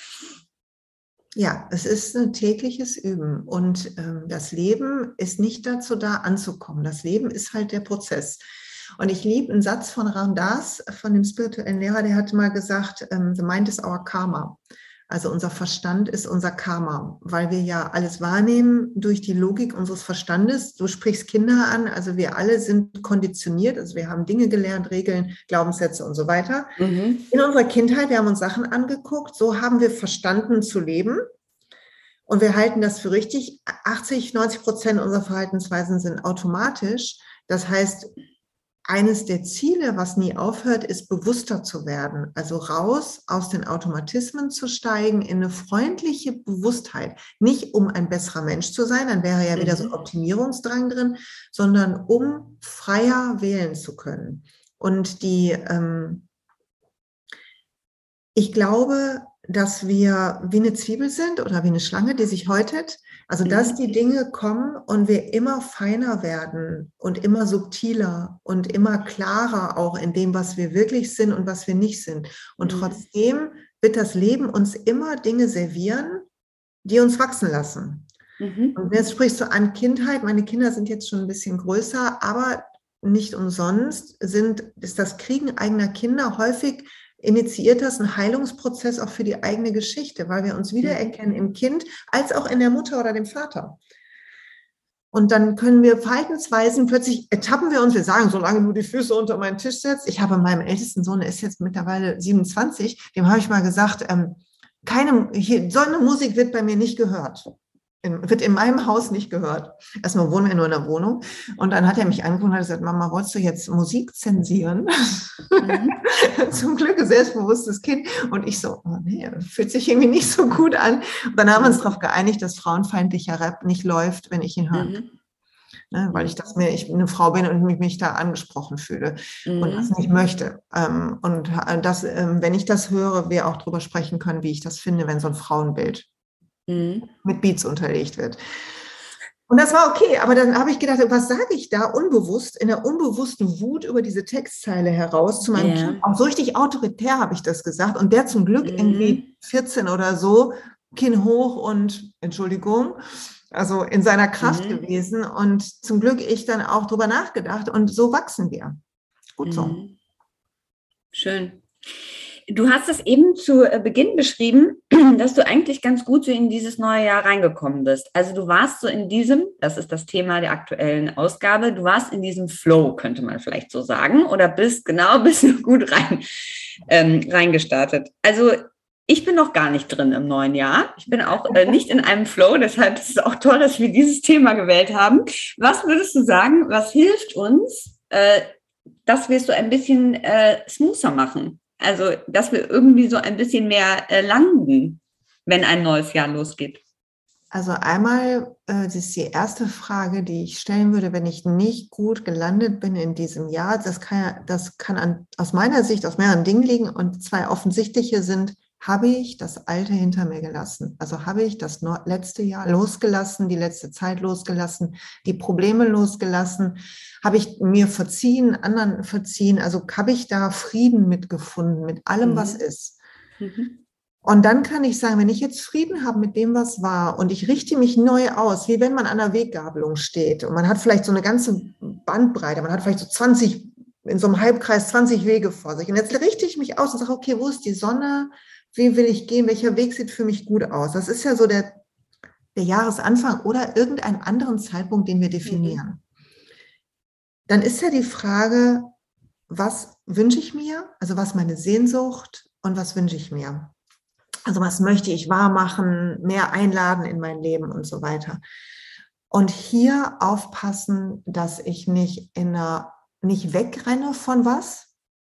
Ja, es ist ein tägliches Üben und ähm, das Leben ist nicht dazu da, anzukommen. Das Leben ist halt der Prozess. Und ich liebe einen Satz von Ram Dass, von dem spirituellen Lehrer, der hat mal gesagt, ähm, the mind is our karma. Also unser Verstand ist unser Karma, weil wir ja alles wahrnehmen durch die Logik unseres Verstandes. Du sprichst Kinder an, also wir alle sind konditioniert, also wir haben Dinge gelernt, Regeln, Glaubenssätze und so weiter. Mhm. In unserer Kindheit, wir haben uns Sachen angeguckt, so haben wir verstanden zu leben und wir halten das für richtig. achtzig, neunzig Prozent unserer Verhaltensweisen sind automatisch. Das heißt, eines der Ziele, was nie aufhört, ist bewusster zu werden. Also raus aus den Automatismen zu steigen in eine freundliche Bewusstheit. Nicht um ein besserer Mensch zu sein, dann wäre ja wieder so ein Optimierungsdrang drin, sondern um freier wählen zu können. Und die, ähm, ich glaube, dass wir wie eine Zwiebel sind oder wie eine Schlange, die sich häutet. Also, dass die Dinge kommen und wir immer feiner werden und immer subtiler und immer klarer auch in dem, was wir wirklich sind und was wir nicht sind. Und trotzdem wird das Leben uns immer Dinge servieren, die uns wachsen lassen. Mhm. Und jetzt sprichst du an Kindheit. Meine Kinder sind jetzt schon ein bisschen größer, aber nicht umsonst sind, ist das Kriegen eigener Kinder häufig initiiert das einen Heilungsprozess auch für die eigene Geschichte, weil wir uns wiedererkennen im Kind als auch in der Mutter oder dem Vater. Und dann können wir Verhaltensweisen, plötzlich ertappen wir uns, wir sagen, solange du die Füße unter meinen Tisch setzt. Ich habe meinem ältesten Sohn, der ist jetzt mittlerweile siebenundzwanzig, dem habe ich mal gesagt, ähm, keine, hier, so eine Musik wird bei mir nicht gehört. In, wird in meinem Haus nicht gehört. Erstmal wohnen wir nur in der Wohnung. Und dann hat er mich angeguckt und hat gesagt, Mama, wolltest du jetzt Musik zensieren? Mhm. Zum Glück ein selbstbewusstes Kind. Und ich so, oh nee, fühlt sich irgendwie nicht so gut an. Und dann haben wir uns darauf geeinigt, dass frauenfeindlicher Rap nicht läuft, wenn ich ihn höre. Mhm. Ne, weil ich das mir, ich eine Frau bin und mich, mich da angesprochen fühle mhm. und das nicht möchte. Ähm, und das, ähm, wenn ich das höre, wir auch darüber sprechen können, wie ich das finde, wenn so ein Frauenbild mhm. mit Beats unterlegt wird. Und das war okay, aber dann habe ich gedacht, was sage ich da unbewusst, in der unbewussten Wut über diese Textzeile heraus zu meinem yeah. Kind. Auch so richtig autoritär habe ich das gesagt. Und der zum Glück mhm. irgendwie vierzehn oder so, Kinn hoch und, Entschuldigung, also in seiner Kraft mhm. gewesen. Und zum Glück ich dann auch drüber nachgedacht. Und so wachsen wir. Gut so. Mhm. Schön. Du hast es eben zu Beginn beschrieben, dass du eigentlich ganz gut so in dieses neue Jahr reingekommen bist. Also du warst so in diesem, das ist das Thema der aktuellen Ausgabe, du warst in diesem Flow, könnte man vielleicht so sagen, oder bist genau, bist du gut rein, ähm, reingestartet. Also ich bin noch gar nicht drin im neuen Jahr. Ich bin auch äh, nicht in einem Flow, deshalb ist es auch toll, dass wir dieses Thema gewählt haben. Was würdest du sagen, was hilft uns, äh, dass wir es so ein bisschen äh, smoother machen? Also, dass wir irgendwie so ein bisschen mehr äh, landen, wenn ein neues Jahr losgeht. Also einmal, äh, das ist die erste Frage, die ich stellen würde, wenn ich nicht gut gelandet bin in diesem Jahr. Das kann, das kann an, aus meiner Sicht aus mehreren Dingen liegen und zwei offensichtliche sind, habe ich das Alte hinter mir gelassen? Also habe ich das letzte Jahr losgelassen, die letzte Zeit losgelassen, die Probleme losgelassen? Habe ich mir verziehen, anderen verziehen? Also habe ich da Frieden mitgefunden, mit allem, mhm. was ist? Mhm. Und dann kann ich sagen, wenn ich jetzt Frieden habe mit dem, was war und ich richte mich neu aus, wie wenn man an einer Weggabelung steht und man hat vielleicht so eine ganze Bandbreite, man hat vielleicht so zwanzig, in so einem Halbkreis zwanzig Wege vor sich. Und jetzt richte ich mich aus und sage, okay, wo ist die Sonne? Wie will ich gehen? Welcher Weg sieht für mich gut aus? Das ist ja so der, der Jahresanfang oder irgendeinen anderen Zeitpunkt, den wir definieren. Mhm. Dann ist ja die Frage, was wünsche ich mir? Also was meine Sehnsucht und was wünsche ich mir? Also was möchte ich wahr machen, mehr einladen in mein Leben und so weiter. Und hier aufpassen, dass ich nicht in einer, nicht wegrenne von was.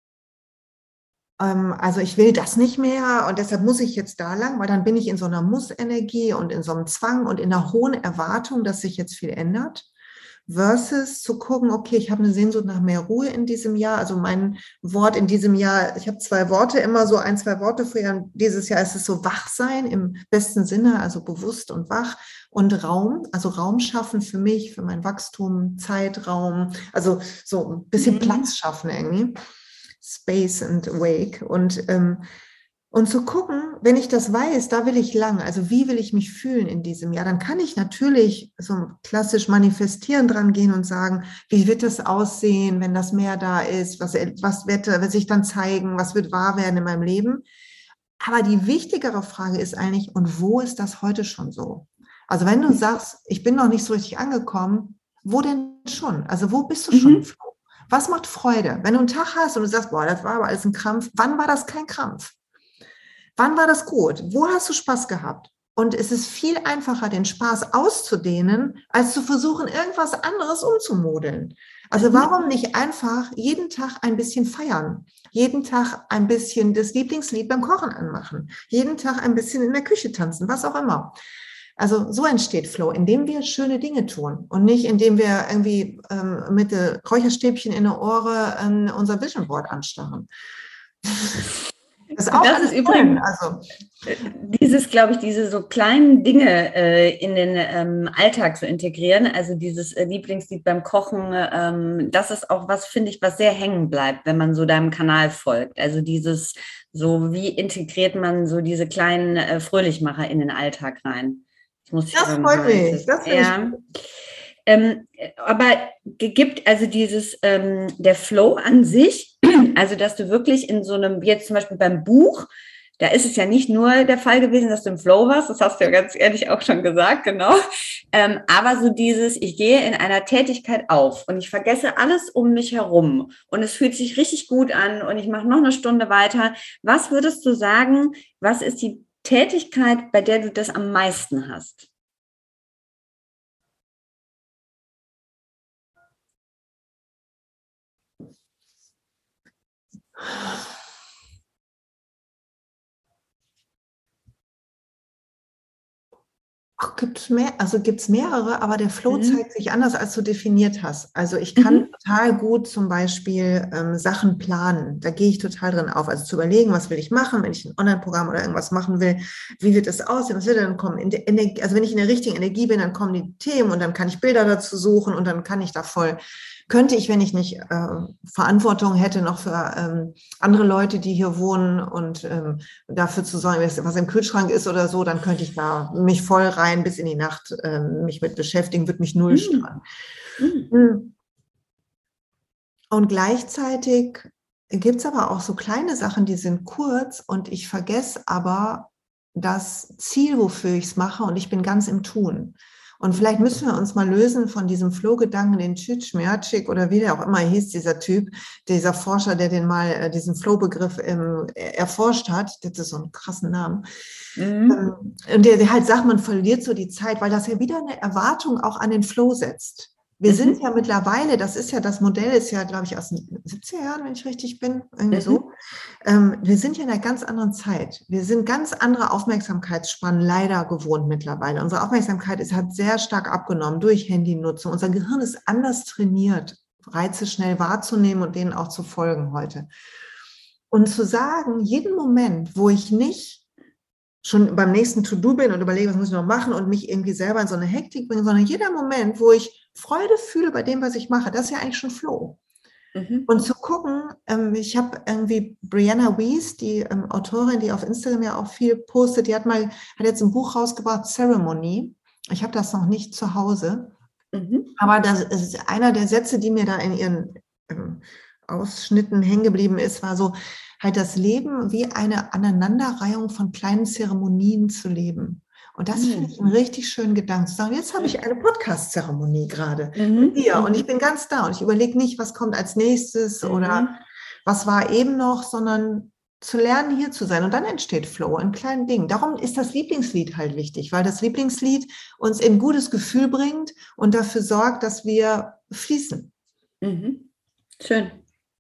Also ich will das nicht mehr und deshalb muss ich jetzt da lang, weil dann bin ich in so einer Muss-Energie und in so einem Zwang und in einer hohen Erwartung, dass sich jetzt viel ändert. Versus zu gucken, okay, ich habe eine Sehnsucht nach mehr Ruhe in diesem Jahr. Also mein Wort in diesem Jahr, ich habe zwei Worte, immer so ein, zwei Worte für Jahr. Dieses Jahr ist es so Wachsein im besten Sinne, also bewusst und wach und Raum, also Raum schaffen für mich, für mein Wachstum, Zeitraum, also so ein bisschen mhm. Platz schaffen irgendwie. Space and Wake und, ähm, und zu gucken, wenn ich das weiß, da will ich lang, also wie will ich mich fühlen in diesem Jahr, dann kann ich natürlich so klassisch manifestieren dran gehen und sagen, wie wird das aussehen, wenn das Meer da ist, was, was wird, wird sich dann zeigen, was wird wahr werden in meinem Leben. Aber die wichtigere Frage ist eigentlich, und wo ist das heute schon so? Also wenn du sagst, ich bin noch nicht so richtig angekommen, wo denn schon? Also wo bist du schon? Mhm. Was macht Freude? Wenn du einen Tag hast und du sagst, boah, das war aber alles ein Krampf, wann war das kein Krampf? Wann war das gut? Wo hast du Spaß gehabt? Und es ist viel einfacher, den Spaß auszudehnen, als zu versuchen, irgendwas anderes umzumodeln. Also warum nicht einfach jeden Tag ein bisschen feiern? Jeden Tag ein bisschen das Lieblingslied beim Kochen anmachen? Jeden Tag ein bisschen in der Küche tanzen? Was auch immer. Also so entsteht Flow, indem wir schöne Dinge tun und nicht indem wir irgendwie ähm, mit äh, Räucherstäbchen in der Ohren ähm, unser Vision Board anstarren. Das ist auch Das alles ist übrigens, schön. Also, dieses, glaube ich, diese so kleinen Dinge äh, in den ähm, Alltag zu integrieren, also dieses äh, Lieblingslied beim Kochen, ähm, das ist auch was, finde ich, was sehr hängen bleibt, wenn man so deinem Kanal folgt. Also dieses, so wie integriert man so diese kleinen äh, Fröhlichmacher in den Alltag rein? Das muss ich das aber freut mal mich. testen. Das finde ich Ja. gut. Ähm, aber gibt also dieses, ähm, der Flow an sich, also dass du wirklich in so einem, jetzt zum Beispiel beim Buch, da ist es ja nicht nur der Fall gewesen, dass du im Flow warst, das hast du ja ganz ehrlich auch schon gesagt, genau. Ähm, aber so dieses, ich gehe in einer Tätigkeit auf und ich vergesse alles um mich herum und es fühlt sich richtig gut an und ich mache noch eine Stunde weiter. Was würdest du sagen, was ist die Tätigkeit, bei der du das am meisten hast? Ach, gibt's mehr, also gibt's mehrere, aber der Flow Mhm. zeigt sich anders, als du definiert hast. Also ich kann Mhm. total gut zum Beispiel ähm, Sachen planen. Da gehe ich total drin auf. Also zu überlegen, was will ich machen, wenn ich ein Online-Programm oder irgendwas machen will, wie wird es aussehen, was wird dann kommen? In der Energie, also wenn ich in der richtigen Energie bin, dann kommen die Themen und dann kann ich Bilder dazu suchen und dann kann ich da voll, könnte ich, wenn ich nicht äh, Verantwortung hätte noch für ähm, andere Leute, die hier wohnen und ähm, dafür zu sorgen, was im Kühlschrank ist oder so, dann könnte ich da mich voll rein bis in die Nacht äh, mich mit beschäftigen, wird mich null Mhm. stören. Mhm. Hm. Und gleichzeitig gibt es aber auch so kleine Sachen, die sind kurz und ich vergesse aber das Ziel, wofür ich es mache und ich bin ganz im Tun. Und vielleicht müssen wir uns mal lösen von diesem Flow-Gedanken, den Csikszentmihalyi oder wie der auch immer hieß, dieser Typ, dieser Forscher, der den mal, äh, diesen Flow-Begriff ähm, erforscht hat. Das ist so einen krassen Namen. Mhm. Ähm, und der, der halt sagt, man verliert so die Zeit, weil das ja wieder eine Erwartung auch an den Flow setzt. Wir sind Mhm. ja mittlerweile, das ist ja, das Modell ist ja, glaube ich, aus den siebziger Jahren, wenn ich richtig bin, irgendwie Mhm. so. Ähm, wir sind ja in einer ganz anderen Zeit. Wir sind ganz andere Aufmerksamkeitsspannen leider gewohnt mittlerweile. Unsere Aufmerksamkeit ist, hat sehr stark abgenommen durch Handynutzung. Unser Gehirn ist anders trainiert, Reize schnell wahrzunehmen und denen auch zu folgen heute. Und zu sagen, jeden Moment, wo ich nicht schon beim nächsten To-Do bin und überlege, was muss ich noch machen und mich irgendwie selber in so eine Hektik bringe, sondern jeder Moment, wo ich Freude fühle bei dem, was ich mache, das ist ja eigentlich schon Flow. Mhm. Und zu gucken, ähm, ich habe irgendwie Brianna Wiest, die ähm, Autorin, die auf Instagram ja auch viel postet, die hat mal, hat jetzt ein Buch rausgebracht, Ceremony. Ich habe das noch nicht zu Hause, Mhm. aber das ist einer der Sätze, die mir da in ihren ähm, Ausschnitten hängen geblieben ist, war so, halt das Leben wie eine Aneinanderreihung von kleinen Zeremonien zu leben. Und das finde ich Mhm. einen richtig schönen Gedanken zu sagen, jetzt habe ich Schön. eine Podcast-Zeremonie gerade mit Mhm. dir und ich Mhm. bin ganz da und ich überlege nicht, was kommt als nächstes oder Mhm. was war eben noch, sondern zu lernen, hier zu sein. Und dann entsteht Flow in kleinen Dingen. Darum ist das Lieblingslied halt wichtig, weil das Lieblingslied uns in ein gutes Gefühl bringt und dafür sorgt, dass wir fließen. Mhm. Schön.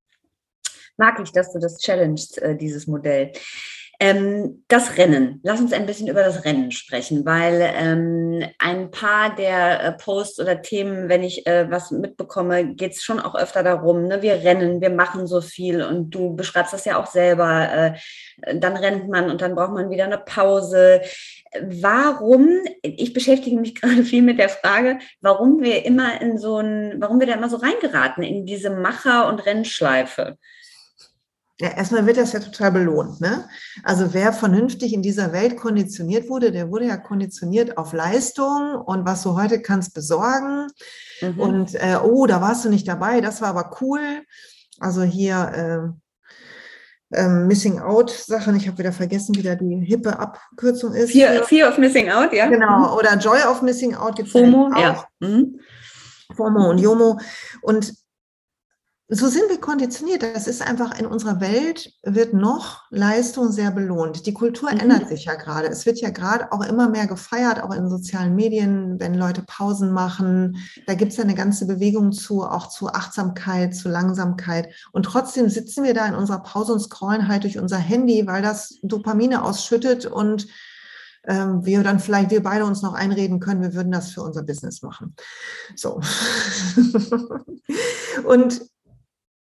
Mag ich, dass du das challengest, äh, dieses Modell. Ähm, das Rennen. Lass uns ein bisschen über das Rennen sprechen, weil ähm, ein paar der äh, Posts oder Themen, wenn ich äh, was mitbekomme, geht es schon auch öfter darum, ne? Wir rennen, wir machen so viel und du beschreibst das ja auch selber. Äh, dann rennt man und dann braucht man wieder eine Pause. Warum, ich beschäftige mich gerade viel mit der Frage, warum wir immer in so ein, warum wir da immer so reingeraten in diese Macher- und Rennschleife. Ja, erstmal wird das ja total belohnt, ne? Also wer vernünftig in dieser Welt konditioniert wurde, der wurde ja konditioniert auf Leistung und was du heute kannst besorgen. Mhm. Und äh, oh, da warst du nicht dabei, das war aber cool. Also hier äh, äh, Missing Out-Sachen, ich habe wieder vergessen, wie da die hippe Abkürzung ist Fear, für, Fear of Missing Out, ja. genau, Mhm. oder Joy of Missing Out gibt es ja FOMO, auch, ja. Mhm. FOMO und JOMO. Und so sind wir konditioniert. Das ist einfach in unserer Welt, wird noch Leistung sehr belohnt. Die Kultur ändert Mhm. sich ja gerade. Es wird ja gerade auch immer mehr gefeiert, auch in sozialen Medien, wenn Leute Pausen machen. Da gibt es ja eine ganze Bewegung zu, auch zu Achtsamkeit, zu Langsamkeit. Und trotzdem sitzen wir da in unserer Pause und scrollen halt durch unser Handy, weil das Dopamine ausschüttet und ähm, wir dann vielleicht, wir beide uns noch einreden können, wir würden das für unser Business machen. So. Und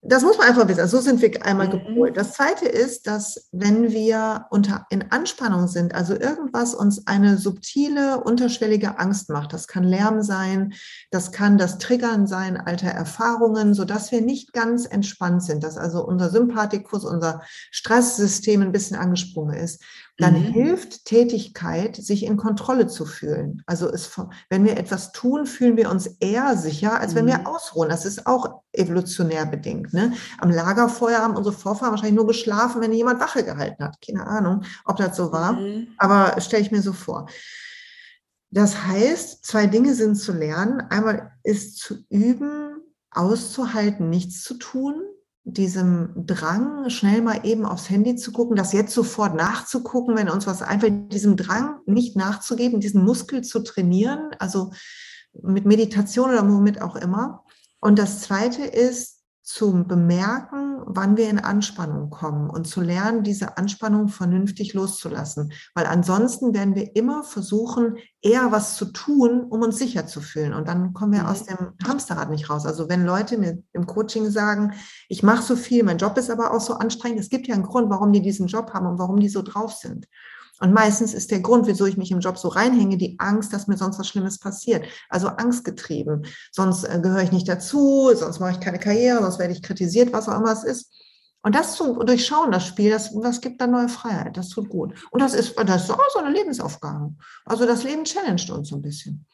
Das muss man einfach wissen. So sind wir einmal Mhm. gepolt. Das Zweite ist, dass wenn wir unter, in Anspannung sind, also irgendwas uns eine subtile, unterschwellige Angst macht, das kann Lärm sein, das kann das Triggern sein alter Erfahrungen, sodass wir nicht ganz entspannt sind, dass also unser Sympathikus, unser Stresssystem ein bisschen angesprungen ist, dann Mhm. hilft Tätigkeit, sich in Kontrolle zu fühlen. Also es, wenn wir etwas tun, fühlen wir uns eher sicher, als wenn wir Mhm. ausruhen. Das ist auch evolutionär bedingt. Ne? Am Lagerfeuer haben unsere Vorfahren wahrscheinlich nur geschlafen, wenn jemand Wache gehalten hat. Keine Ahnung, ob das so war, Mhm. aber stelle ich mir so vor. Das heißt, zwei Dinge sind zu lernen. Einmal ist zu üben, auszuhalten, nichts zu tun, diesem Drang, schnell mal eben aufs Handy zu gucken, das jetzt sofort nachzugucken, wenn uns was einfällt, diesem Drang nicht nachzugeben, diesen Muskel zu trainieren, also mit Meditation oder womit auch immer. Und das Zweite ist, zu bemerken, wann wir in Anspannung kommen und zu lernen, diese Anspannung vernünftig loszulassen. Weil ansonsten werden wir immer versuchen, eher was zu tun, um uns sicher zu fühlen. Und dann kommen wir Mhm. aus dem Hamsterrad nicht raus. Also wenn Leute mir im Coaching sagen, ich mache so viel, mein Job ist aber auch so anstrengend, es gibt ja einen Grund, warum die diesen Job haben und warum die so drauf sind. Und meistens ist der Grund, wieso ich mich im Job so reinhänge, die Angst, dass mir sonst was Schlimmes passiert. Also angstgetrieben. Sonst äh, gehöre ich nicht dazu, sonst mache ich keine Karriere, sonst werde ich kritisiert, was auch immer es ist. Und das zu durchschauen, das Spiel, das, das gibt dann neue Freiheit, das tut gut. Und das ist, das ist auch so eine Lebensaufgabe. Also das Leben challenged uns so ein bisschen.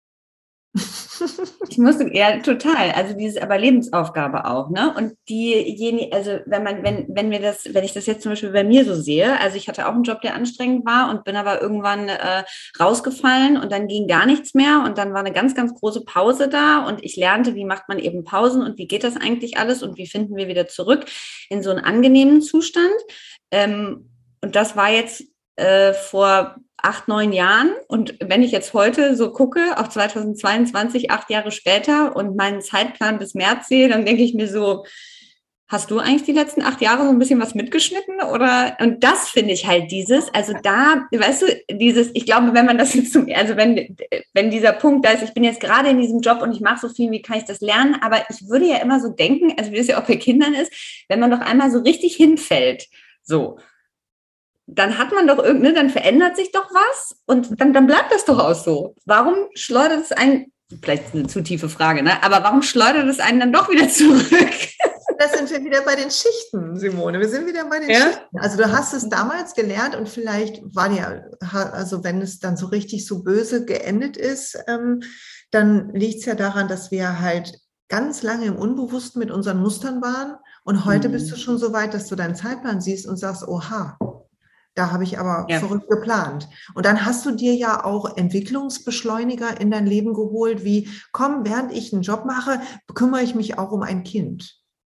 Ich musste, ja, total. Also dieses aber Lebensaufgabe auch, ne? Und diejenigen, also wenn man, wenn, wenn wir das, wenn ich das jetzt zum Beispiel bei mir so sehe, also ich hatte auch einen Job, der anstrengend war und bin aber irgendwann äh, rausgefallen und dann ging gar nichts mehr und dann war eine ganz, ganz große Pause da und ich lernte, wie macht man eben Pausen und wie geht das eigentlich alles und wie finden wir wieder zurück in so einen angenehmen Zustand. Ähm, und das war jetzt äh, vor acht, neun Jahren. Und wenn ich jetzt heute so gucke, auf zweitausendzweiundzwanzig, acht Jahre später und meinen Zeitplan bis März sehe, dann denke ich mir so, hast du eigentlich die letzten acht Jahre so ein bisschen was mitgeschnitten? Oder, und das finde ich halt dieses, also da, weißt du, dieses, ich glaube, wenn man das jetzt zum, also wenn, wenn dieser Punkt da ist, ich bin jetzt gerade in diesem Job und ich mache so viel, wie kann ich das lernen? Aber ich würde ja immer so denken, also wie es ja auch bei Kindern ist, wenn man doch einmal so richtig hinfällt, so, dann hat man doch irgendeine, dann verändert sich doch was und dann, dann bleibt das doch auch so. Warum schleudert es einen, vielleicht eine zu tiefe Frage, ne? Aber warum schleudert es einen dann doch wieder zurück? Da sind wir wieder bei den Schichten, Simone. Wir sind wieder bei den Ja? Schichten. Also du hast es damals gelernt und vielleicht war dir, also wenn es dann so richtig so böse geendet ist, ähm, dann liegt es ja daran, dass wir halt ganz lange im Unbewussten mit unseren Mustern waren und heute mhm. bist du schon so weit, dass du deinen Zeitplan siehst und sagst, oha, da habe ich aber ja. verrückt geplant. Und dann hast du dir ja auch Entwicklungsbeschleuniger in dein Leben geholt, wie, komm, während ich einen Job mache, kümmere ich mich auch um ein Kind.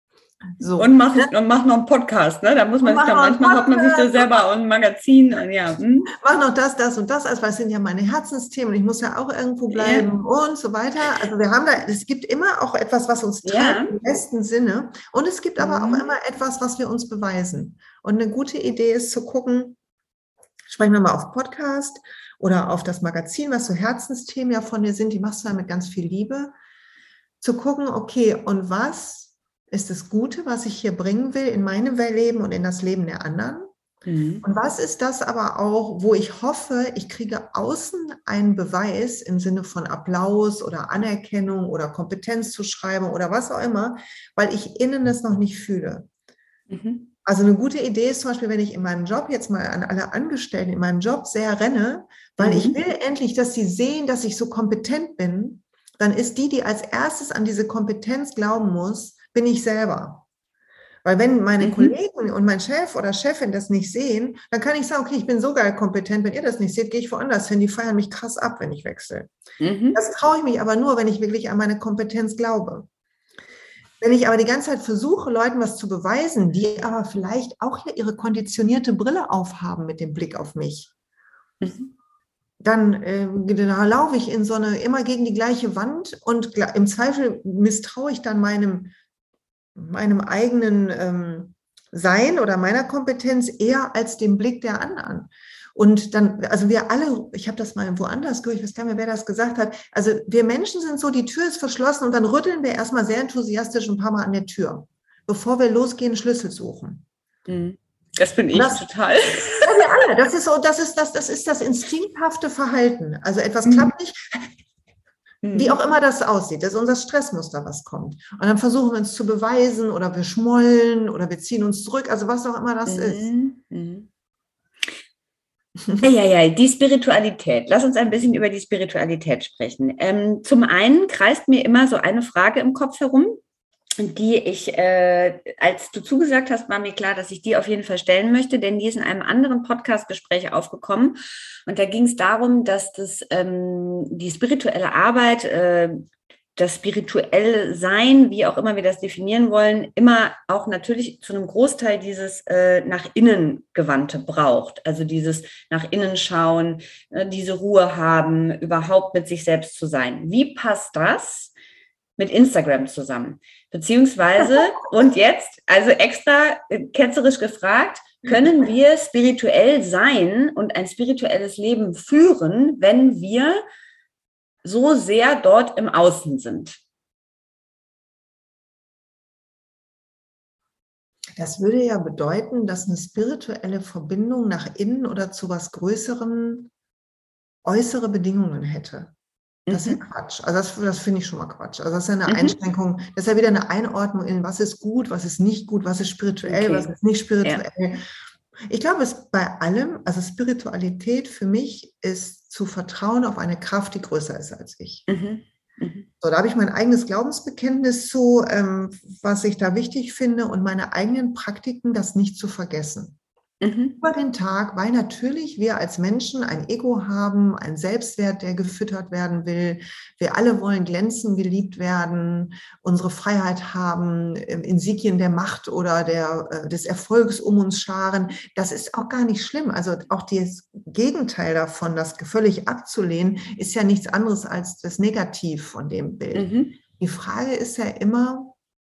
So. Und mach, und mach noch einen Podcast, ne? Da muss man sich dann, manchmal hat man sich da selber ein Magazin, ja. Hm. Mach noch das, das und das, also, weil es sind ja meine Herzensthemen und ich muss ja auch irgendwo bleiben ja. und so weiter. Also wir haben da, es gibt immer auch etwas, was uns treibt, ja. im besten Sinne. Und es gibt aber mhm. auch immer etwas, was wir uns beweisen. Und eine gute Idee ist zu gucken, sprechen wir mal auf Podcast oder auf das Magazin, was so Herzensthemen ja von dir sind, die machst du ja mit ganz viel Liebe, zu gucken, okay, und was ist das Gute, was ich hier bringen will in meinem Leben und in das Leben der anderen? Mhm. Und was ist das aber auch, wo ich hoffe, ich kriege außen einen Beweis im Sinne von Applaus oder Anerkennung oder Kompetenzzuschreibung oder was auch immer, weil ich innen das noch nicht fühle. Mhm. Also eine gute Idee ist zum Beispiel, wenn ich in meinem Job jetzt mal an alle Angestellten in meinem Job sehr renne, weil mhm. ich will endlich, dass sie sehen, dass ich so kompetent bin, dann ist die, die als erstes an diese Kompetenz glauben muss, bin ich selber. Weil wenn meine mhm. Kollegen und mein Chef oder Chefin das nicht sehen, dann kann ich sagen, okay, ich bin so geil kompetent, wenn ihr das nicht seht, gehe ich woanders hin, die feiern mich krass ab, wenn ich wechsle. Mhm. Das traue ich mich aber nur, wenn ich wirklich an meine Kompetenz glaube. Wenn ich aber die ganze Zeit versuche, Leuten was zu beweisen, die aber vielleicht auch hier ihre konditionierte Brille aufhaben mit dem Blick auf mich, mhm. dann äh, da laufe ich in so eine, immer gegen die gleiche Wand und im Zweifel misstraue ich dann meinem meinem eigenen ähm, Sein oder meiner Kompetenz eher als dem Blick der anderen. Und dann, also wir alle, ich habe das mal woanders gehört, ich weiß gar nicht mehr, wer das gesagt hat, also wir Menschen sind so, die Tür ist verschlossen und dann rütteln wir erstmal sehr enthusiastisch ein paar Mal an der Tür, bevor wir losgehen, Schlüssel suchen. Das bin ich das, total. Ja, wir alle. Das ist so, das ist das, das ist das instinkthafte Verhalten. Also etwas klappt nicht, wie auch immer das aussieht. Das ist unser Stressmuster, was kommt. Und dann versuchen wir uns zu beweisen oder wir schmollen oder wir ziehen uns zurück. Also was auch immer das ist. Ja, ja, ja, die Spiritualität. Lass uns ein bisschen über die Spiritualität sprechen. Ähm, zum einen kreist mir immer so eine Frage im Kopf herum, die ich, äh, als du zugesagt hast, war mir klar, dass ich die auf jeden Fall stellen möchte, denn die ist in einem anderen Podcast-Gespräch aufgekommen. Und da ging es darum, dass das, ähm, die spirituelle Arbeit, äh, das spirituelle Sein, wie auch immer wir das definieren wollen, immer auch natürlich zu einem Großteil dieses äh, nach innen gewandte braucht. Also dieses nach innen schauen, äh, diese Ruhe haben, überhaupt mit sich selbst zu sein. Wie passt das mit Instagram zusammen? Beziehungsweise, und jetzt, also extra äh, ketzerisch gefragt, können wir spirituell sein und ein spirituelles Leben führen, wenn wir so sehr dort im Außen sind? Das würde ja bedeuten, dass eine spirituelle Verbindung nach innen oder zu was Größerem äußere Bedingungen hätte. Das ist ja Quatsch. Also das, das finde ich schon mal Quatsch. Also das ist ja eine mhm. Einschränkung, das ist ja wieder eine Einordnung in, was ist gut, was ist nicht gut, was ist spirituell, okay. was ist nicht spirituell. Ja. Ich glaube, es bei allem, also Spiritualität für mich ist zu vertrauen auf eine Kraft, die größer ist als ich. Mhm. Mhm. So, da habe ich mein eigenes Glaubensbekenntnis zu, ähm, was ich da wichtig finde und meine eigenen Praktiken, das nicht zu vergessen. Mhm. Über den Tag, weil natürlich wir als Menschen ein Ego haben, einen Selbstwert, der gefüttert werden will. Wir alle wollen glänzen, geliebt werden, unsere Freiheit haben, Insignien der Macht oder der, des Erfolgs um uns scharen. Das ist auch gar nicht schlimm. Also auch das Gegenteil davon, das völlig abzulehnen, ist ja nichts anderes als das Negativ von dem Bild. Mhm. Die Frage ist ja immer,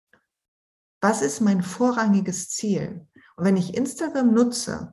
was ist mein vorrangiges Ziel? Und wenn ich Instagram nutze,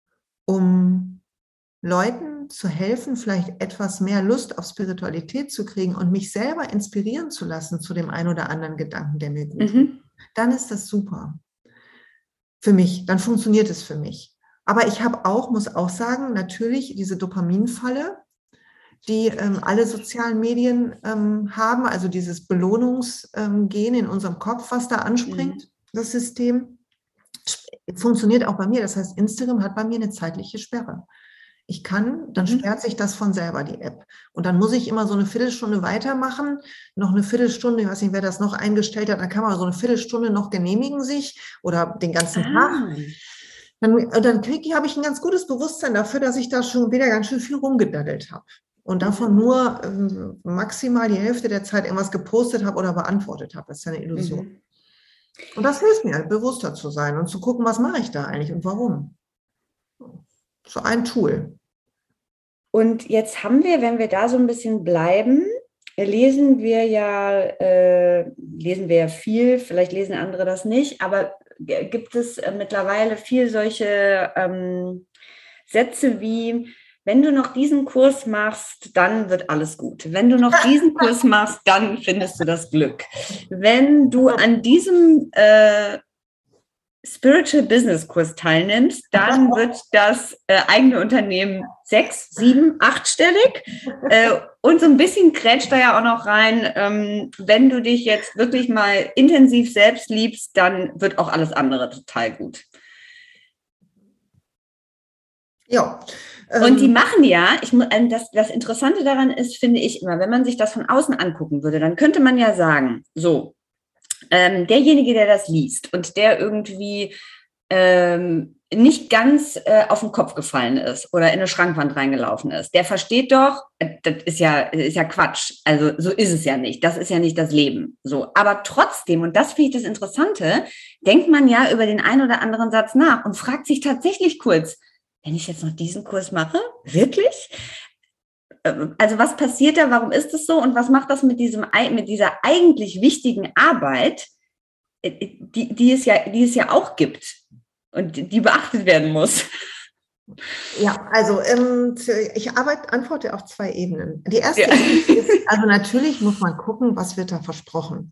um Leuten zu helfen, vielleicht etwas mehr Lust auf Spiritualität zu kriegen und mich selber inspirieren zu lassen zu dem einen oder anderen Gedanken, der mir gut tut, mhm. dann ist das super. Für mich, dann funktioniert es für mich. Aber ich habe auch, muss auch sagen, natürlich diese Dopaminfalle, die ähm, alle sozialen Medien ähm, haben, also dieses Belohnungsgen ähm, in unserem Kopf, was da anspringt, mhm. das System. Funktioniert auch bei mir. Das heißt, Instagram hat bei mir eine zeitliche Sperre. Ich kann, dann mhm. sperrt sich das von selber, die App. Und dann muss ich immer so eine Viertelstunde weitermachen, noch eine Viertelstunde, ich weiß nicht, wer das noch eingestellt hat, dann kann man so eine Viertelstunde noch genehmigen sich oder den ganzen ah. Tag. Dann, dann habe ich ein ganz gutes Bewusstsein dafür, dass ich da schon wieder ganz schön viel rumgedaddelt habe. Und davon nur ähm, maximal die Hälfte der Zeit irgendwas gepostet habe oder beantwortet habe. Das ist ja eine Illusion. Mhm. Und das hilft mir, bewusster zu sein und zu gucken, was mache ich da eigentlich und warum. So ein Tool. Und jetzt haben wir, wenn wir da so ein bisschen bleiben, lesen wir ja, äh, lesen wir ja viel, vielleicht lesen andere das nicht, aber gibt es äh, mittlerweile viel solche ähm, Sätze wie: Wenn du noch diesen Kurs machst, dann wird alles gut. Wenn du noch diesen Kurs machst, dann findest du das Glück. Wenn du an diesem äh, Spiritual Business Kurs teilnimmst, dann wird das äh, eigene Unternehmen sechs, sieben, achtstellig. Äh, und so ein bisschen krätscht da ja auch noch rein, ähm, wenn du dich jetzt wirklich mal intensiv selbst liebst, dann wird auch alles andere total gut. Ja. Und die machen ja, ich, das, das Interessante daran ist, finde ich immer, wenn man sich das von außen angucken würde, dann könnte man ja sagen, so, ähm, derjenige, der das liest und der irgendwie ähm, nicht ganz äh, auf den Kopf gefallen ist oder in eine Schrankwand reingelaufen ist, der versteht doch, äh, das ist ja, ist ja Quatsch, also so ist es ja nicht, das ist ja nicht das Leben. So, aber trotzdem, und das finde ich das Interessante, denkt man ja über den einen oder anderen Satz nach und fragt sich tatsächlich kurz, wenn ich jetzt noch diesen Kurs mache, wirklich? Also was passiert da, warum ist es so und was macht das mit diesem, mit dieser eigentlich wichtigen Arbeit, die, die, es ja, die es ja auch gibt und die beachtet werden muss? Ja, also ähm, ich arbeite, antworte auf zwei Ebenen. Die erste ja. ist, also natürlich muss man gucken, was wird da versprochen.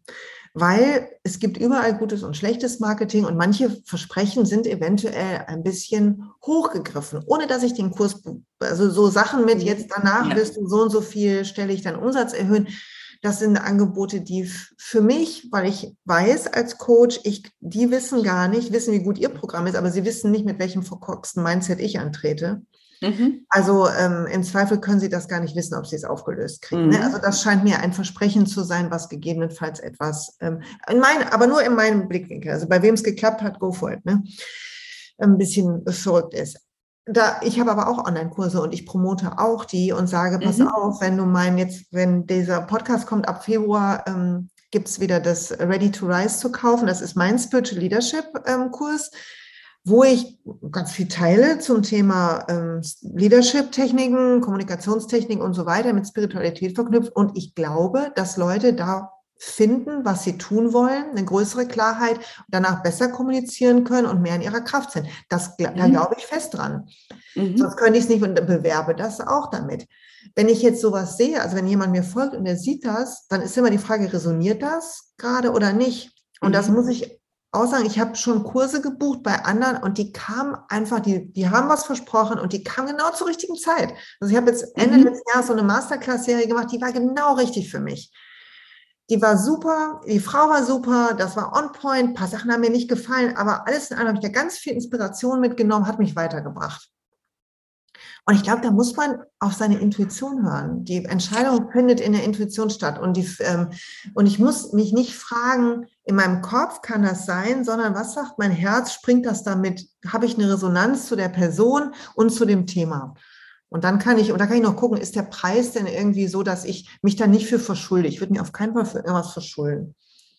weil es gibt überall gutes und schlechtes Marketing und manche Versprechen sind eventuell ein bisschen hochgegriffen, ohne dass ich den Kurs, also so Sachen mit, jetzt danach Ja. wirst du so und so viel, stelle ich deinen Umsatz erhöhen. Das sind Angebote, die für mich, weil ich weiß als Coach, ich, die wissen gar nicht, wissen, wie gut ihr Programm ist, aber sie wissen nicht, mit welchem verkorksten Mindset ich antrete. Mhm. Also ähm, im Zweifel können sie das gar nicht wissen, ob sie es aufgelöst kriegen. Mhm. Ne? Also das scheint mir ein Versprechen zu sein, was gegebenenfalls etwas, ähm, in mein, aber nur in meinem Blickwinkel, also bei wem es geklappt hat, go for it, ne? Ein bisschen verrückt ist. Da, ich habe aber auch Online-Kurse und ich promote auch die und sage, pass Mhm. auf, wenn du mein jetzt, wenn dieser Podcast kommt ab Februar, ähm, gibt es wieder das Ready to Rise zu kaufen. Das ist mein Spiritual Leadership ähm, Kurs, wo ich ganz viel teile zum Thema ähm, Leadership-Techniken, Kommunikationstechniken und so weiter mit Spiritualität verknüpft. Und ich glaube, dass Leute da finden, was sie tun wollen, eine größere Klarheit, und danach besser kommunizieren können und mehr in ihrer Kraft sind. Das, da Mhm. glaube ich fest dran. Mhm. Sonst könnte ich es nicht und bewerbe das auch damit. Wenn ich jetzt sowas sehe, also wenn jemand mir folgt und der sieht das, dann ist immer die Frage, resoniert das gerade oder nicht? Und Mhm. das muss ich auch sagen, ich habe schon Kurse gebucht bei anderen und die kamen einfach, die, die haben was versprochen und die kamen genau zur richtigen Zeit. Also ich habe jetzt Ende Mhm. letzten Jahres so eine Masterclass-Serie gemacht, die war genau richtig für mich. Die war super, die Frau war super, das war on point, ein paar Sachen haben mir nicht gefallen, aber alles in allem habe ich da ganz viel Inspiration mitgenommen, hat mich weitergebracht. Und ich glaube, da muss man auf seine Intuition hören. Die Entscheidung findet in der Intuition statt. Und, die, ähm, und ich muss mich nicht fragen, in meinem Kopf kann das sein, sondern was sagt mein Herz, springt das damit? Habe ich eine Resonanz zu der Person und zu dem Thema? Und dann kann ich, und da kann ich noch gucken, ist der Preis denn irgendwie so, dass ich mich da nicht für verschulde? Ich würde mir auf keinen Fall für irgendwas verschulden.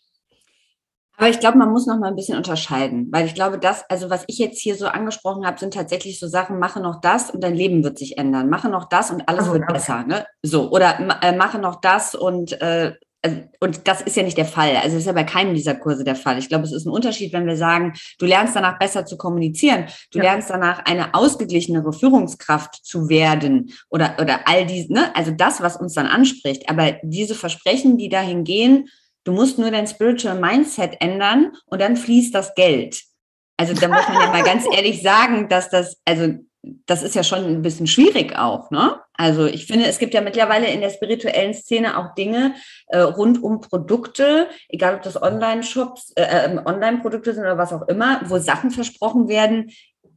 Aber ich glaube, man muss noch mal ein bisschen unterscheiden, weil ich glaube, das, also was ich jetzt hier so angesprochen habe, sind tatsächlich so Sachen, mache noch das und dein Leben wird sich ändern. Mache noch das und alles Also, wird ja. besser. Ne? So, oder äh, mache noch das und, äh, und das ist ja nicht der Fall. Also das ist ja bei keinem dieser Kurse der Fall. Ich glaube, es ist ein Unterschied, wenn wir sagen, du lernst danach besser zu kommunizieren, du Ja. lernst danach eine ausgeglichenere Führungskraft zu werden oder, oder all diese, ne? Also das, was uns dann anspricht. Aber diese Versprechen, die dahin gehen, du musst nur dein Spiritual Mindset ändern und dann fließt das Geld. Also da muss man ja mal ganz ehrlich sagen, dass das, also das ist ja schon ein bisschen schwierig auch, ne? Also ich finde, es gibt ja mittlerweile in der spirituellen Szene auch Dinge äh, rund um Produkte, egal ob das Online-Shops, äh, Online-Produkte sind oder was auch immer, wo Sachen versprochen werden.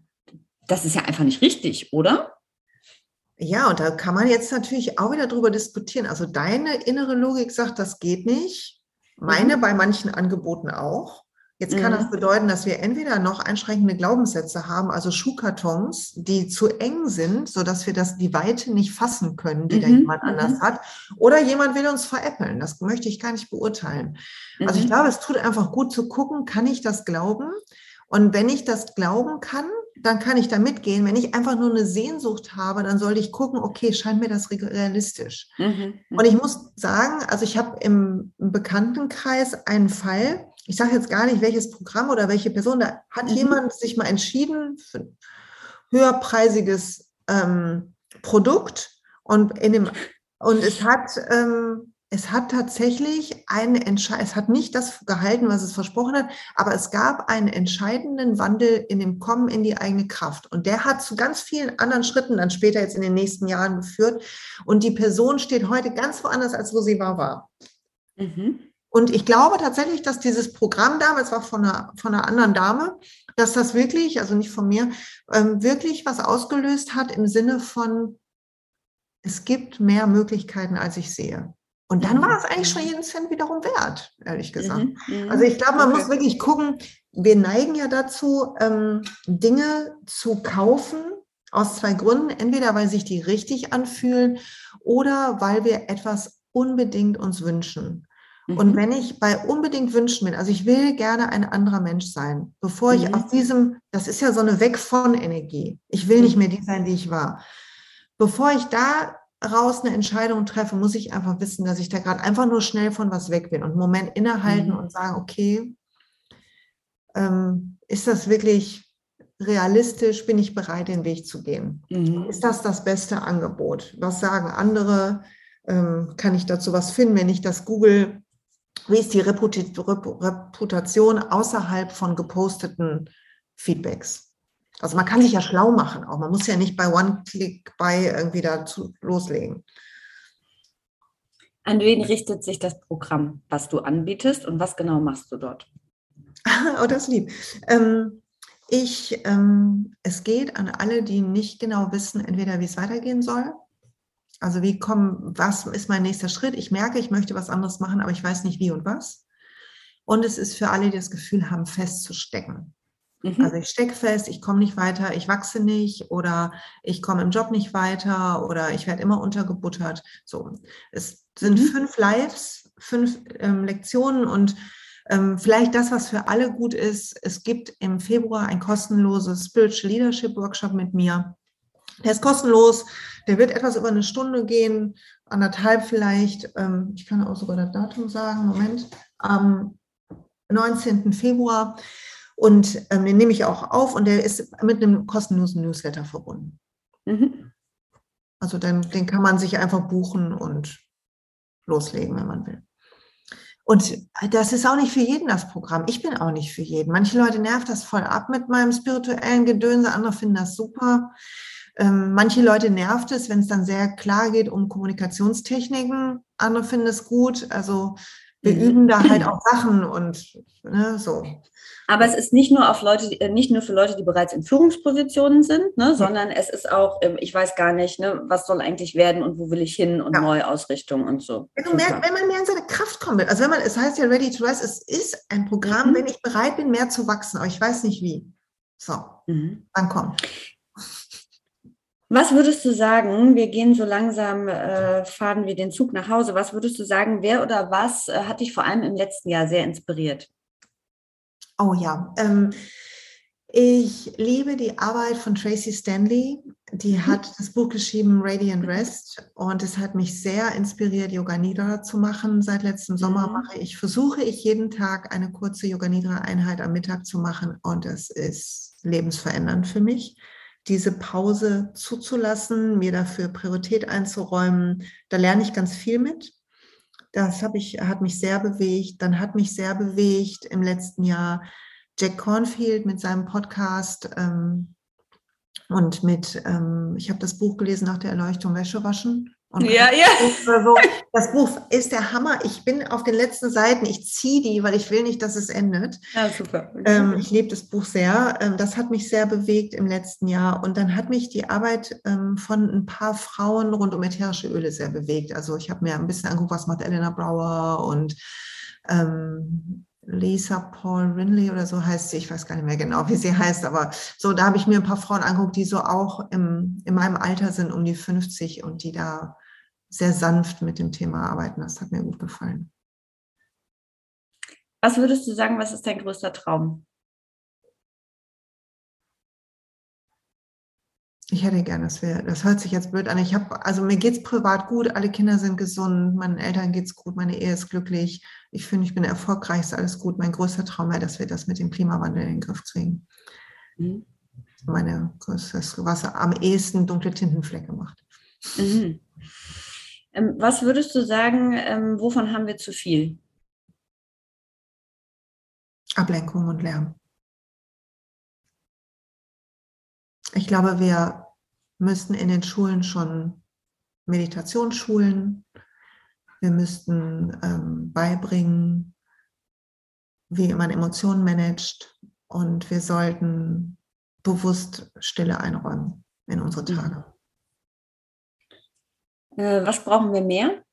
Das ist ja einfach nicht richtig, oder? Ja, und da kann man jetzt natürlich auch wieder drüber diskutieren. Also deine innere Logik sagt, das geht nicht. Meine Mhm. bei manchen Angeboten auch. Jetzt kann Mhm. das bedeuten, dass wir entweder noch einschränkende Glaubenssätze haben, also Schuhkartons, die zu eng sind, sodass wir das, die Weite nicht fassen können, die da Mhm. jemand anders Mhm. hat. Oder jemand will uns veräppeln. Das möchte ich gar nicht beurteilen. Also ich Mhm. glaube, es tut einfach gut zu gucken, kann ich das glauben? Und wenn ich das glauben kann, dann kann ich da mitgehen. Wenn ich einfach nur eine Sehnsucht habe, dann sollte ich gucken, okay, scheint mir das realistisch. Mhm. Und ich muss sagen, also ich habe im Bekanntenkreis einen Fall, ich sage jetzt gar nicht, welches Programm oder welche Person, da hat Mhm. jemand sich mal entschieden für ein höherpreisiges ähm, Produkt und, in dem, und es hat... Ähm, Es hat tatsächlich eine Entscheidung, es hat nicht das gehalten, was es versprochen hat, aber es gab einen entscheidenden Wandel in dem Kommen in die eigene Kraft. Und der hat zu ganz vielen anderen Schritten dann später jetzt in den nächsten Jahren geführt. Und die Person steht heute ganz woanders, als wo sie war. war. Mhm. Und ich glaube tatsächlich, dass dieses Programm damals war von einer, von einer anderen Dame, dass das wirklich, also nicht von mir, ähm, wirklich was ausgelöst hat im Sinne von, es gibt mehr Möglichkeiten, als ich sehe. Und dann war es eigentlich schon jeden Cent wiederum wert, ehrlich gesagt. Mhm. Also ich glaube, man Okay. muss wirklich gucken, wir neigen ja dazu, ähm, Dinge zu kaufen, aus zwei Gründen. Entweder, weil sich die richtig anfühlen oder weil wir etwas unbedingt uns wünschen. Mhm. Und wenn ich bei unbedingt wünschen bin, also ich will gerne ein anderer Mensch sein, bevor ich Mhm. aus diesem, das ist ja so eine Weg von Energie. Ich will nicht mehr die sein, die ich war. Bevor ich da raus eine Entscheidung treffe, muss ich einfach wissen, dass ich da gerade einfach nur schnell von was weg bin und einen Moment innehalten Mhm. und sagen, okay, ähm, ist das wirklich realistisch? Bin ich bereit, den Weg zu gehen? Mhm. Ist das das beste Angebot? Was sagen andere? Ähm, kann ich dazu was finden, wenn ich das google? wie ist die Reputi- Rep- Reputation außerhalb von geposteten Feedbacks? Also man kann sich ja schlau machen auch. Man muss ja nicht bei One-Click-Buy irgendwie dazu loslegen. An wen richtet sich das Programm, was du anbietest und was genau machst du dort? Oh, das ist lieb. Ähm, ich, ähm, es geht an alle, die nicht genau wissen, entweder wie es weitergehen soll. Also wie kommen, was ist mein nächster Schritt? Ich merke, ich möchte was anderes machen, aber ich weiß nicht wie und was. Und es ist für alle, die das Gefühl haben, festzustecken. Mhm. Also ich stecke fest, ich komme nicht weiter, ich wachse nicht oder ich komme im Job nicht weiter oder ich werde immer untergebuttert. So, es sind Mhm. fünf Lives, fünf ähm, Lektionen und ähm, vielleicht das, was für alle gut ist. Es gibt im Februar ein kostenloses Spiritual Leadership Workshop mit mir. Der ist kostenlos, der wird etwas über eine Stunde gehen, anderthalb vielleicht. Ähm, ich kann auch sogar das Datum sagen, Moment, am neunzehnten Februar. Und ähm, den nehme ich auch auf und der ist mit einem kostenlosen Newsletter verbunden. Mhm. Also den, den kann man sich einfach buchen und loslegen, wenn man will. Und das ist auch nicht für jeden das Programm. Ich bin auch nicht für jeden. Manche Leute nervt das voll ab mit meinem spirituellen Gedönse, andere finden das super. Ähm, manche Leute nervt es, wenn es dann sehr klar geht um Kommunikationstechniken. Andere finden es gut. Also wir Mhm. üben da halt auch Sachen und ne, so. Aber es ist nicht nur auf Leute, die- nicht nur für Leute, die bereits in Führungspositionen sind, ne, sondern es ist auch, ähm, ich weiß gar nicht, ne, was soll eigentlich werden und wo will ich hin und Ja. Neuausrichtung und so. Wenn, du mehr, wenn man mehr in seine Kraft kommen will, also wenn man, es heißt ja Ready to Rise, es ist ein Programm, Mhm. wenn ich bereit bin, mehr zu wachsen, aber ich weiß nicht wie. So, Mhm. dann komm. Was würdest du sagen, wir gehen so langsam, äh, fahren wir den Zug nach Hause, was würdest du sagen, wer oder was äh, hat dich vor allem im letzten Jahr sehr inspiriert? Oh ja, ähm, ich liebe die Arbeit von Tracy Stanley. Die Mhm. hat das Buch geschrieben Radiant Rest und es hat mich sehr inspiriert, Yoga Nidra zu machen. Seit letztem Sommer Mhm. mache ich, versuche ich jeden Tag eine kurze Yoga Nidra Einheit am Mittag zu machen und es ist lebensverändernd für mich. Diese Pause zuzulassen, mir dafür Priorität einzuräumen, da lerne ich ganz viel mit. Das habe ich, hat mich sehr bewegt. Dann hat mich sehr bewegt im letzten Jahr Jack Cornfield mit seinem Podcast ähm, und mit, ähm, ich habe das Buch gelesen nach der Erleuchtung, Wäsche waschen. Und Ja, ja. so. Das Buch ist der Hammer. Ich bin auf den letzten Seiten, ich ziehe die, weil ich will nicht, dass es endet. Ja, super. Okay. Ähm, ich liebe das Buch sehr. Ähm, das hat mich sehr bewegt im letzten Jahr. Und dann hat mich die Arbeit ähm, von ein paar Frauen rund um ätherische Öle sehr bewegt. Also ich habe mir ein bisschen angeguckt, was macht Elena Brower und ähm, Lisa Paul Rinley oder so heißt sie. Ich weiß gar nicht mehr genau, wie sie heißt. Aber so, da habe ich mir ein paar Frauen angeguckt, die so auch im, in meinem Alter sind, um die fünfzig und die da sehr sanft mit dem Thema arbeiten. Das hat mir gut gefallen. Was würdest du sagen, was ist dein größter Traum? Ich hätte gerne, das wäre, das hört sich jetzt blöd an. Ich habe, also mir geht es privat gut, alle Kinder sind gesund, meinen Eltern geht es gut, meine Ehe ist glücklich. Ich finde, ich bin erfolgreich, ist alles gut. Mein größter Traum wäre, dass wir das mit dem Klimawandel in den Griff kriegen. Mhm. Meine größte, was am ehesten dunkle Tintenflecke macht. Mhm. Ähm, was würdest du sagen, ähm, wovon haben wir zu viel? Ablenkung und Lärm. Ich glaube, wir müssten in den Schulen schon Meditation schulen. Wir müssten ähm, beibringen, wie man Emotionen managt. Und wir sollten bewusst Stille einräumen in unsere Tage. Äh, was brauchen wir mehr?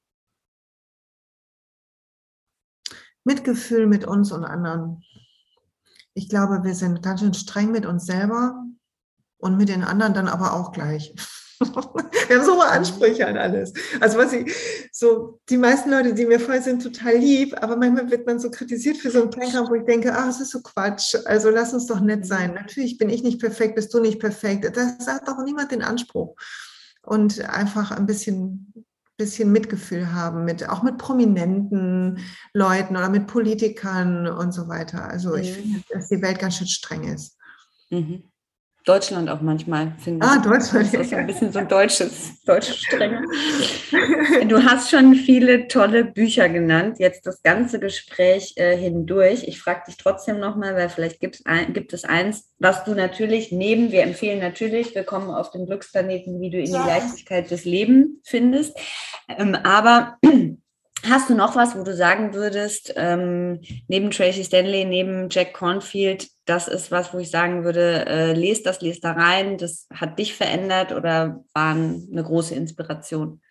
Mitgefühl mit uns und anderen. Ich glaube, wir sind ganz schön streng mit uns selber und mit den anderen dann aber auch gleich. Wir haben so hohe Ansprüche an alles. Also was ich, so die meisten Leute, die mir voll sind, total lieb, aber manchmal wird man so kritisiert für so einen Kleinkram, wo ich denke, ach, es ist so Quatsch, also lass uns doch nett sein. Natürlich bin ich nicht perfekt, bist du nicht perfekt. Das hat doch niemand den Anspruch. Und einfach ein bisschen, bisschen Mitgefühl haben, mit, auch mit prominenten Leuten oder mit Politikern und so weiter. Also ich Mhm. finde, dass die Welt ganz schön streng ist. Mhm. Deutschland auch manchmal, finde ich. Ah, Deutschland. Das ist so ein bisschen so ein deutsches, deutsche Strenge. Du hast schon viele tolle Bücher genannt, jetzt das ganze Gespräch äh, hindurch. Ich frage dich trotzdem nochmal, weil vielleicht gibt's ein, gibt es eins, was du natürlich neben, wir empfehlen natürlich, Willkommen auf dem Glücksplaneten, wie du in die Leichtigkeit des Lebens findest. Ähm, aber hast du noch was, wo du sagen würdest, ähm, neben Tracy Stanley, neben Jack Cornfield, das ist was, wo ich sagen würde, äh, lest das, lest da rein, das hat dich verändert oder war eine große Inspiration?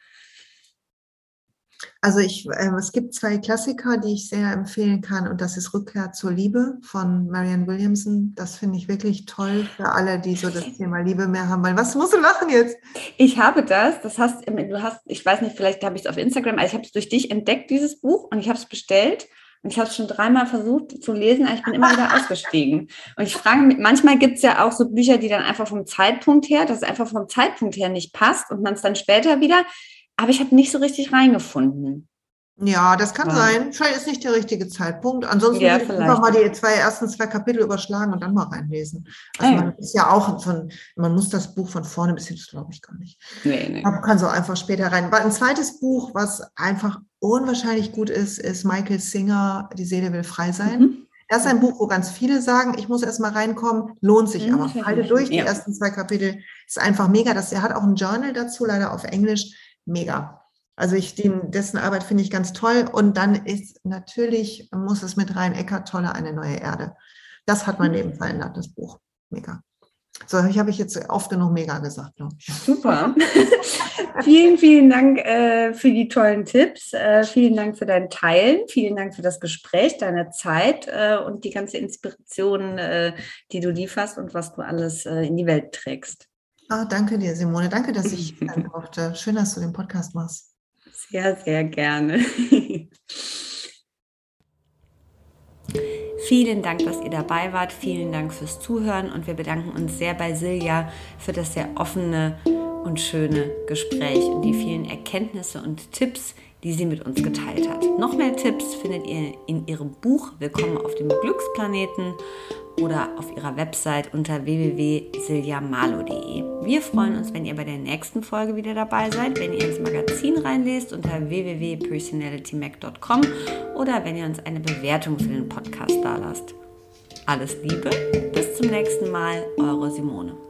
Also ich, äh, es gibt zwei Klassiker, die ich sehr empfehlen kann, und das ist Rückkehr zur Liebe von Marianne Williamson. Das finde ich wirklich toll für alle, die so das Thema Liebe mehr haben wollen. Was musst du lachen jetzt? Ich habe das, das hast du hast, ich weiß nicht, vielleicht habe ich es auf Instagram, also ich habe es durch dich entdeckt, dieses Buch, und ich habe es bestellt. Und ich habe es schon dreimal versucht zu lesen, aber ich bin immer wieder ausgestiegen. Und ich frage mich, manchmal gibt es ja auch so Bücher, die dann einfach vom Zeitpunkt her, dass es einfach vom Zeitpunkt her nicht passt und man es dann später wieder, aber ich habe nicht so richtig reingefunden. Ja, das kann Ja. sein. Vielleicht ist nicht der richtige Zeitpunkt. Ansonsten Ja, würde ich einfach mal die zwei ersten zwei Kapitel überschlagen und dann mal reinlesen. Also Ah, ja. man ist ja auch von, man muss das Buch von vorne bis hinten, das glaube ich gar nicht. Nee, nee. Man kann so einfach später rein. Ein zweites Buch, was einfach unwahrscheinlich gut ist, ist Michael Singer, Die Seele will frei sein. Mhm. Das ist ein Buch, wo ganz viele sagen, ich muss erst mal reinkommen, lohnt sich Mhm, aber. das Halte ich. durch, die Ja. ersten zwei Kapitel, ist einfach mega. Das, er hat auch ein Journal dazu, leider auf Englisch, mega. Also ich, den, dessen Arbeit finde ich ganz toll. Und dann ist natürlich, muss es mit rein, Eckhart Tolle, Eine neue Erde. Das hat mein Leben verändert, das Buch. Mega. So, ich habe ich jetzt oft genug mega gesagt, glaube ich. Super. Vielen, vielen Dank äh, für die tollen Tipps. Äh, vielen Dank für dein Teilen. Vielen Dank für das Gespräch, deine Zeit äh, und die ganze Inspiration, äh, die du lieferst und was du alles äh, in die Welt trägst. Ah, danke dir, Simone. Danke, dass ich sein durfte. Schön, dass du den Podcast machst. Sehr, sehr gerne. Vielen Dank, dass ihr dabei wart. Vielen Dank fürs Zuhören und wir bedanken uns sehr bei Silja für das sehr offene und schöne Gespräch und die vielen Erkenntnisse und Tipps, die sie mit uns geteilt hat. Noch mehr Tipps findet ihr in ihrem Buch Willkommen auf dem Glücksplaneten oder auf ihrer Website unter w w w punkt silja malo punkt de. Wir freuen uns, wenn ihr bei der nächsten Folge wieder dabei seid, wenn ihr ins Magazin reinlest unter w w w punkt personality mac punkt com oder wenn ihr uns eine Bewertung für den Podcast dalasst. Alles Liebe, bis zum nächsten Mal, eure Simone.